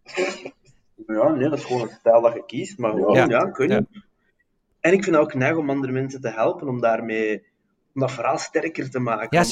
Ja, nee, dat is gewoon het stijl dat je kiest, maar gewoon, kunnen. Ja. En ik vind het ook neig om andere mensen te helpen, om daarmee... om dat verhaal sterker te maken.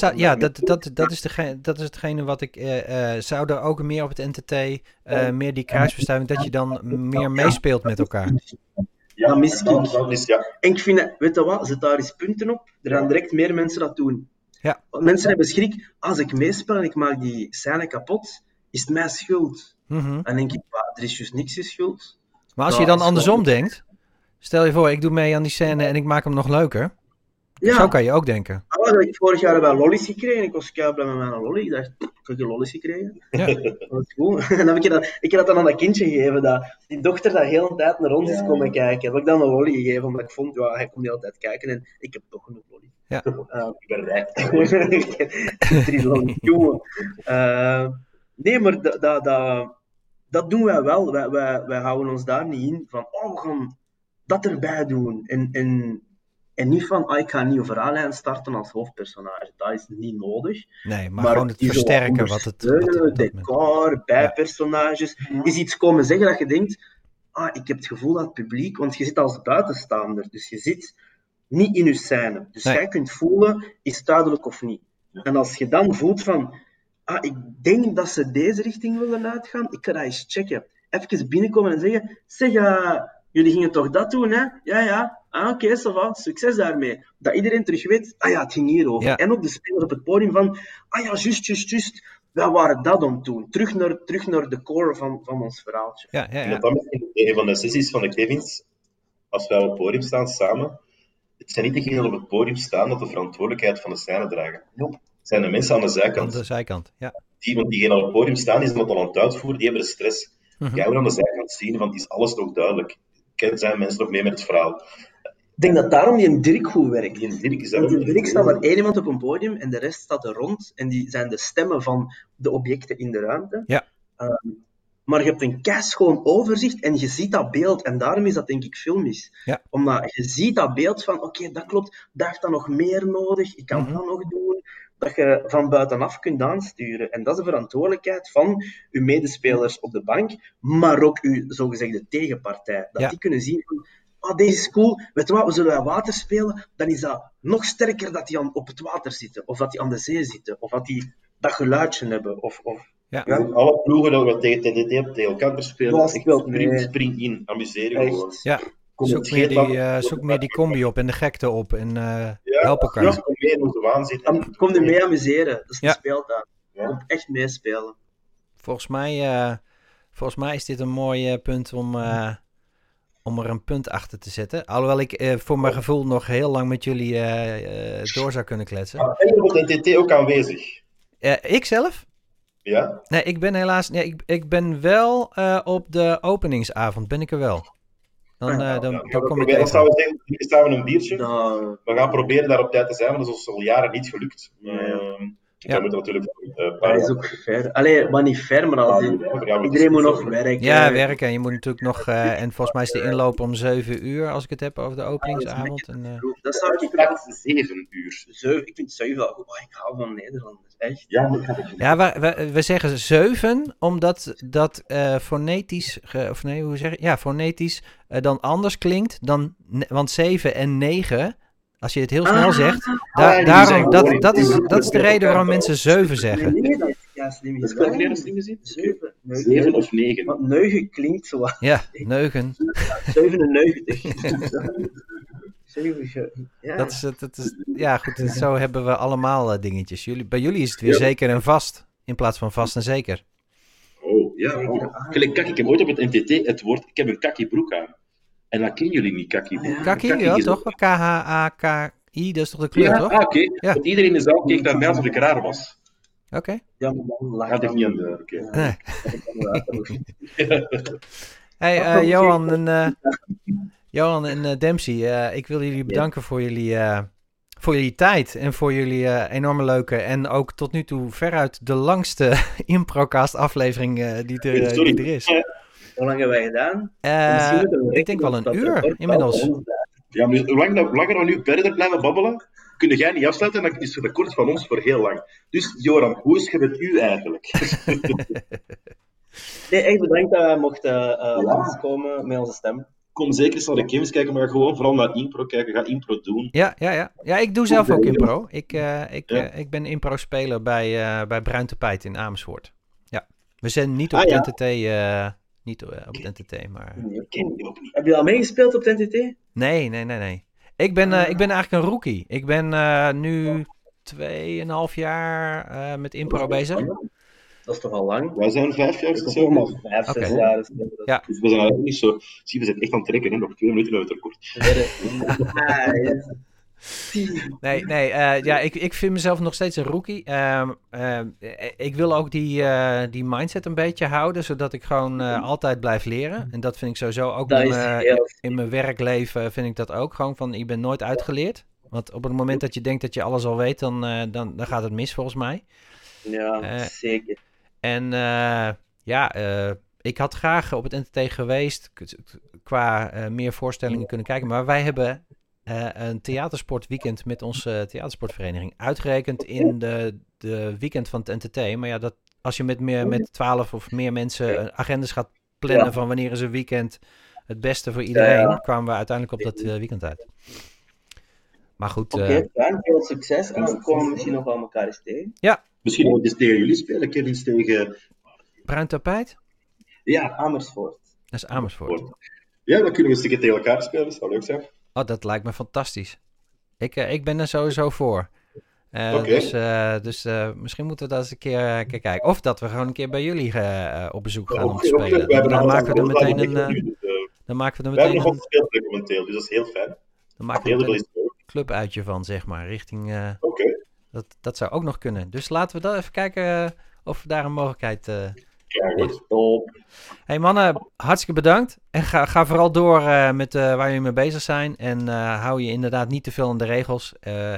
Dat is hetgene wat ik... zou er ook meer op het NTT, meer die kruisbestuiving, dat je dan meer meespeelt met elkaar. Ja, misschien. Ja. En ik vind, weet je wat, zet daar eens punten op, er gaan direct meer mensen dat doen. Ja. Want mensen hebben schrik, als ik meespel en ik maak die scène kapot, is het mijn schuld. En dan denk ik, er is juist niks je schuld. Maar als je dan andersom denkt, stel je voor, ik doe mee aan die scène en ik maak hem nog leuker. Ja. Zo kan je ook denken. Vorig jaar hebben we lollies gekregen. Ik was blij met mijn lolly. Ik dacht, ik heb een lollies gekregen. Ja. Dat is goed. En dan heb ik dat dan aan dat kindje gegeven. Die dochter dat heel de tijd naar ons is komen kijken. Heb ik dan een lolly gegeven, omdat ik vond, hij komt de hele tijd kijken en ik heb toch genoeg lolly. Ja. Ik ben rijk. 3 lolly. Jongen. Nee, maar dat doen wij wel. Wij houden ons daar niet in van, we gaan dat erbij doen. En niet van, ik ga een nieuwe verhaallijn starten als hoofdpersonage. Dat is niet nodig. Nee, maar gewoon het die zo versterken wat het... decor, bijpersonages. Is iets komen zeggen dat je denkt, ik heb het gevoel dat het publiek... Want je zit als buitenstaander, dus je zit niet in je scène. Dus jij kunt voelen, is het duidelijk of niet. En als je dan voelt van... ik denk dat ze deze richting willen uitgaan, ik ga dat eens checken. Even binnenkomen en zeggen, zeg... jullie gingen toch dat doen, hè? Ja. Oké, ça va. Succes daarmee. Dat iedereen terug weet, het ging hierover. Ja. En ook de spelers op het podium van, juist. Wij waren dat om toen. Terug naar de core van ons verhaaltje. Ja. Dat misschien een van de sessies van de Kevins, als wij op het podium staan samen, het zijn niet degenen die op het podium staan dat de verantwoordelijkheid van de scène dragen. Nope. Het zijn de mensen aan de zijkant. Aan de zijkant, ja. Want diegenen op het podium staan, die zijn dat al aan het uitvoeren, die hebben de stress. Mhm. Jij moet aan de zijkant zien, van is alles nog duidelijk? Zijn mensen nog mee met het verhaal? Ik denk dat daarom die een Dirk goed werkt. Die Dirk is Want in Dirk staat maar 1 iemand op een podium en de rest staat er rond. En die zijn de stemmen van de objecten in de ruimte. Ja. Maar je hebt een keischoon overzicht en je ziet dat beeld. En daarom is dat denk ik filmisch. Ja. Omdat je ziet dat beeld van, oké, dat klopt, daar heeft dat nog meer nodig. Ik kan dat nog doen. Dat je van buitenaf kunt aansturen. En dat is de verantwoordelijkheid van uw medespelers op de bank, maar ook uw zogezegde tegenpartij. Dat die kunnen zien van, deze is cool, weet je wat, we zullen aan water spelen, dan is dat nog sterker dat die op het water zitten, of dat die aan de zee zitten, of dat die dat geluidje hebben. Ja. Alle ploegen dat we tegen TNT tegen elkaar spelen, spring in, amuseer je gewoon. Ja. Zoek meer die combi op en de gekte op en help elkaar. Ja, kom mee in onze waanzin. Kom er mee amuseren, dat is de speeltuin. Ja. Kom echt meespelen. Volgens mij is dit een mooi punt om er een punt achter te zetten. Alhoewel ik voor mijn gevoel nog heel lang met jullie door zou kunnen kletsen. En je wordt NTT ook aanwezig. Ik zelf? Ja? Nee, ik ben helaas... Nee, ik ben wel op de openingsavond, ben ik er wel. Dan kom ik Dan even. staan we een biertje. Nou, We gaan proberen daar op tijd te zijn, want dat is ons al jaren niet gelukt. Dan moeten we natuurlijk... dat is ook ver. Allee, maar niet ver, maar als iedereen moet nog werken. Ja, werken. Je moet natuurlijk nog... en volgens mij is de inloop om 7 uur, als ik het heb over de openingsavond. Dat zou ik... 7 uur. Ik vind 7 wel goed. Ik hou van Nederlanders, echt. Ja, we zeggen 7, omdat dat fonetisch... hoe zeg je? Ja, fonetisch dan anders klinkt dan... Want 7 en 9... Als je het heel snel zegt, daarom, dat is de reden waarom mensen 7 zeggen. Nee, dat is juist slim Dat kan ik slim gezien? 7 of 9. Want 9 klinkt zo. Ja, 9. 97. Ja. Dat is, ja, goed, zo hebben we allemaal dingetjes. Bij jullie is het weer zeker en vast, in plaats van vast en zeker. Oh, ja. Gelijk kak, ik heb ooit op het NTT het woord, ik heb een kakkie-broek aan. En dat kennen jullie niet, kakkie-broek. Kakkie, ja, toch? K-H-A-K-I, dat is toch de kleur, toch? Oké. Ja. Want iedereen in de zaal keek naar mij alsof ik raar was. Oké. Ja, maar dan lag had ik niet aan de... Hey, Johan en Dempsey, ik wil jullie bedanken voor jullie tijd en voor jullie enorme leuke en ook tot nu toe veruit de langste Improcast aflevering die er is. Hoe lang hebben wij gedaan? Ik denk wel een uur inmiddels. Ja, maar hoe langer we nu verder blijven babbelen, kun jij niet afsluiten en dan is het record van ons voor heel lang. Dus Joran, hoe is het met u eigenlijk? Nee, echt bedankt dat wij mochten langskomen met onze stem. Kom zeker eens naar de games kijken, maar gewoon vooral naar impro kijken. Ga impro doen. Ja, ik doe zelf ook impro. Ik ben impro-speler bij Bruin Tapijt in Amersfoort. Ja, we zijn niet op het NTT... Niet op het NTT, maar... Heb je al meegespeeld op het NTT? Nee. Ik ben eigenlijk een rookie. Ik ben nu 2,5 jaar met impro bezig. Dat is toch al lang? Wij zijn 5 jaar Dat is samen. nog 5, 6 Oké. jaar. Ja. Dus we zijn eigenlijk niet zo... Zie, we zijn echt aan het trekken, hè. Nog 2 minuten hebben we het record. Ik vind mezelf nog steeds een rookie. Ik wil ook die mindset een beetje houden, zodat ik gewoon altijd blijf leren. En dat vind ik sowieso ook Dat is heel... in mijn werkleven vind ik dat ook gewoon van, je bent nooit uitgeleerd. Want op het moment dat je denkt dat je alles al weet, dan gaat het mis volgens mij. Ja, zeker. En ik had graag op het NTT geweest qua meer voorstellingen kunnen kijken. Maar wij hebben een theatersportweekend met onze theatersportvereniging uitgerekend in de weekend van het NTT. Maar ja, als je met 12 of meer mensen agendas gaat plannen van wanneer is een weekend het beste voor iedereen, kwamen we uiteindelijk op dat weekend uit. Maar goed. Oké, veel succes. En dan komen we misschien nog wel elkaar eens tegen. Ja. Misschien ook eens tegen jullie spelen. Kevin tegen... Bruin tapijt? Ja, Amersfoort. Dat is Amersfoort. Ja, dan kunnen we een stukje tegen elkaar spelen. Dat zou leuk zijn. Oh, dat lijkt me fantastisch. Ik ben er sowieso voor. Oké. Dus misschien moeten we dat eens een keer kijken. Of dat we gewoon een keer bij jullie op bezoek gaan om te spelen. Dan maken we er meteen een... Dan maken we er We hebben meteen nog wat speelplek momenteel, dus dat is heel fijn. Dan maken we er Heel een veel clubuitje van, zeg maar. Richting... Oké. Dat zou ook nog kunnen. Dus laten we dat even kijken of we daar een mogelijkheid... Ja, goed. Top. Hey mannen, hartstikke bedankt. En ga vooral door met waar jullie mee bezig zijn. En hou je inderdaad niet te veel aan de regels.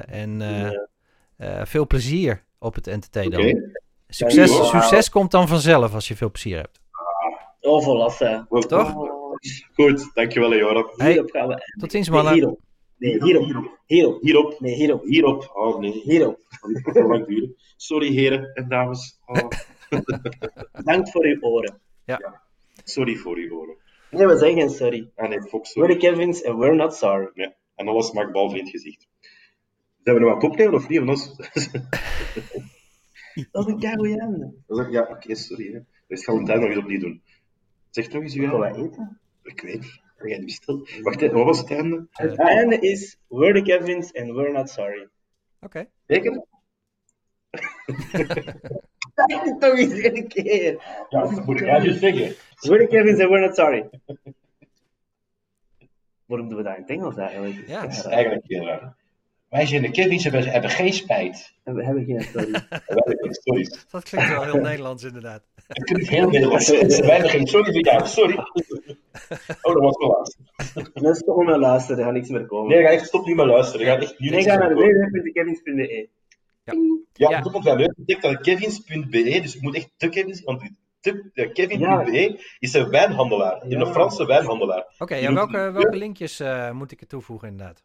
Veel plezier op het NTT dan. Oké. Succes komt dan vanzelf als je veel plezier hebt. Oh, voilà. Toch? Goed, dankjewel Joram. Hierop gaan we. Tot ziens mannen. Hierop. Hierop. Oh nee. Hierop. Dat kan lang duren. Sorry heren en dames. Oh. Bedankt voor uw oren. Sorry voor uw oren. Nee, we zeggen sorry. Ah nee, Fox, We're sorry. the Kevins and we're not sorry. Ja. En alles maakt behalve in het gezicht. Zijn we nog aan het opnemen of niet? Want Dat is een keigoeie einde. ja, oké, sorry. Hè. Dus gaan we het daar nog eens opnieuw doen. Zeg nog eens uw Gaan einde. wij eten? Ik weet niet. Ga jij niet stil? Wacht, hè, wat was het einde? Het einde is we're the Kevins and we're not sorry. Oké. Zeker? Zeg het toch eens een keer. Ja, dat moet ik juist zeggen. We're the Kevins and we're not sorry. Waarom doen we dat in het Engels eigenlijk? Ja. Dat is eigenlijk heel raar. Wij zijn de Kevins en we hebben geen spijt. En we hebben geen sorry. We hebben geen sorry. Dat klinkt wel heel Nederlands inderdaad. Het klinkt heel Nederlands. Wij hebben geen sorry voor jou. Sorry. Oh, dat was mijn laatste. Dat is toch om naar luisteren, er gaat niks meer komen. Nee, ga echt stop niet meer luisteren. Er gaat echt nu Nee, niks ga naar meer komen. www.kevins.be. Ja, Ja. dat komt wel leuk. Ik denk dat kevins.be, dus het moet echt de Kevins, want Kevin.be is een wijnhandelaar. Een Franse wijnhandelaar. Oké, ja, welke linkjes moet ik er toevoegen inderdaad?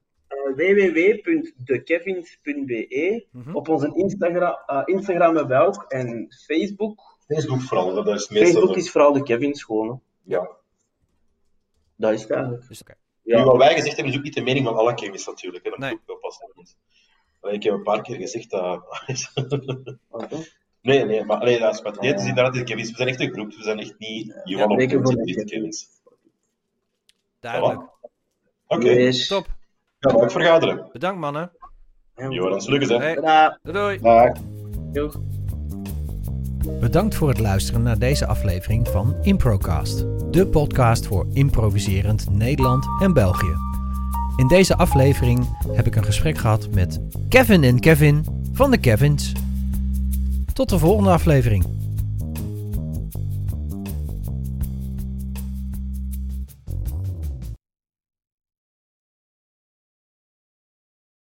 www.dekevins.be. Op onze Instagram hebben we ook. En Facebook. Facebook vooral, dat is meestal... Facebook is vooral de Kevins gewoon. Hè. Ja. Dat is het eigenlijk. Dus, oké. Nu, wat wij gezegd hebben, is ook niet de mening van alle Kevins natuurlijk. Hè. Dat Nee. moet ook wel passen. Want... Ik heb een paar keer gezegd dat... Wat, hè? nee, maar allee, dat is wat. Nee, het is inderdaad de Kevins. We zijn echt een groep. We zijn echt niet Johan of zeker voor de de Kevins. Duidelijk. Oké. Yes. Top. Gaan we ook vergaderen. Bedankt mannen. Johan, slukken ze. Hey. Tada. Doei. Dag. Doeg. Bedankt voor het luisteren naar deze aflevering van Improcast. De podcast voor improviserend Nederland en België. In deze aflevering heb ik een gesprek gehad met Kevin en Kevin van de Kevins. Tot de volgende aflevering.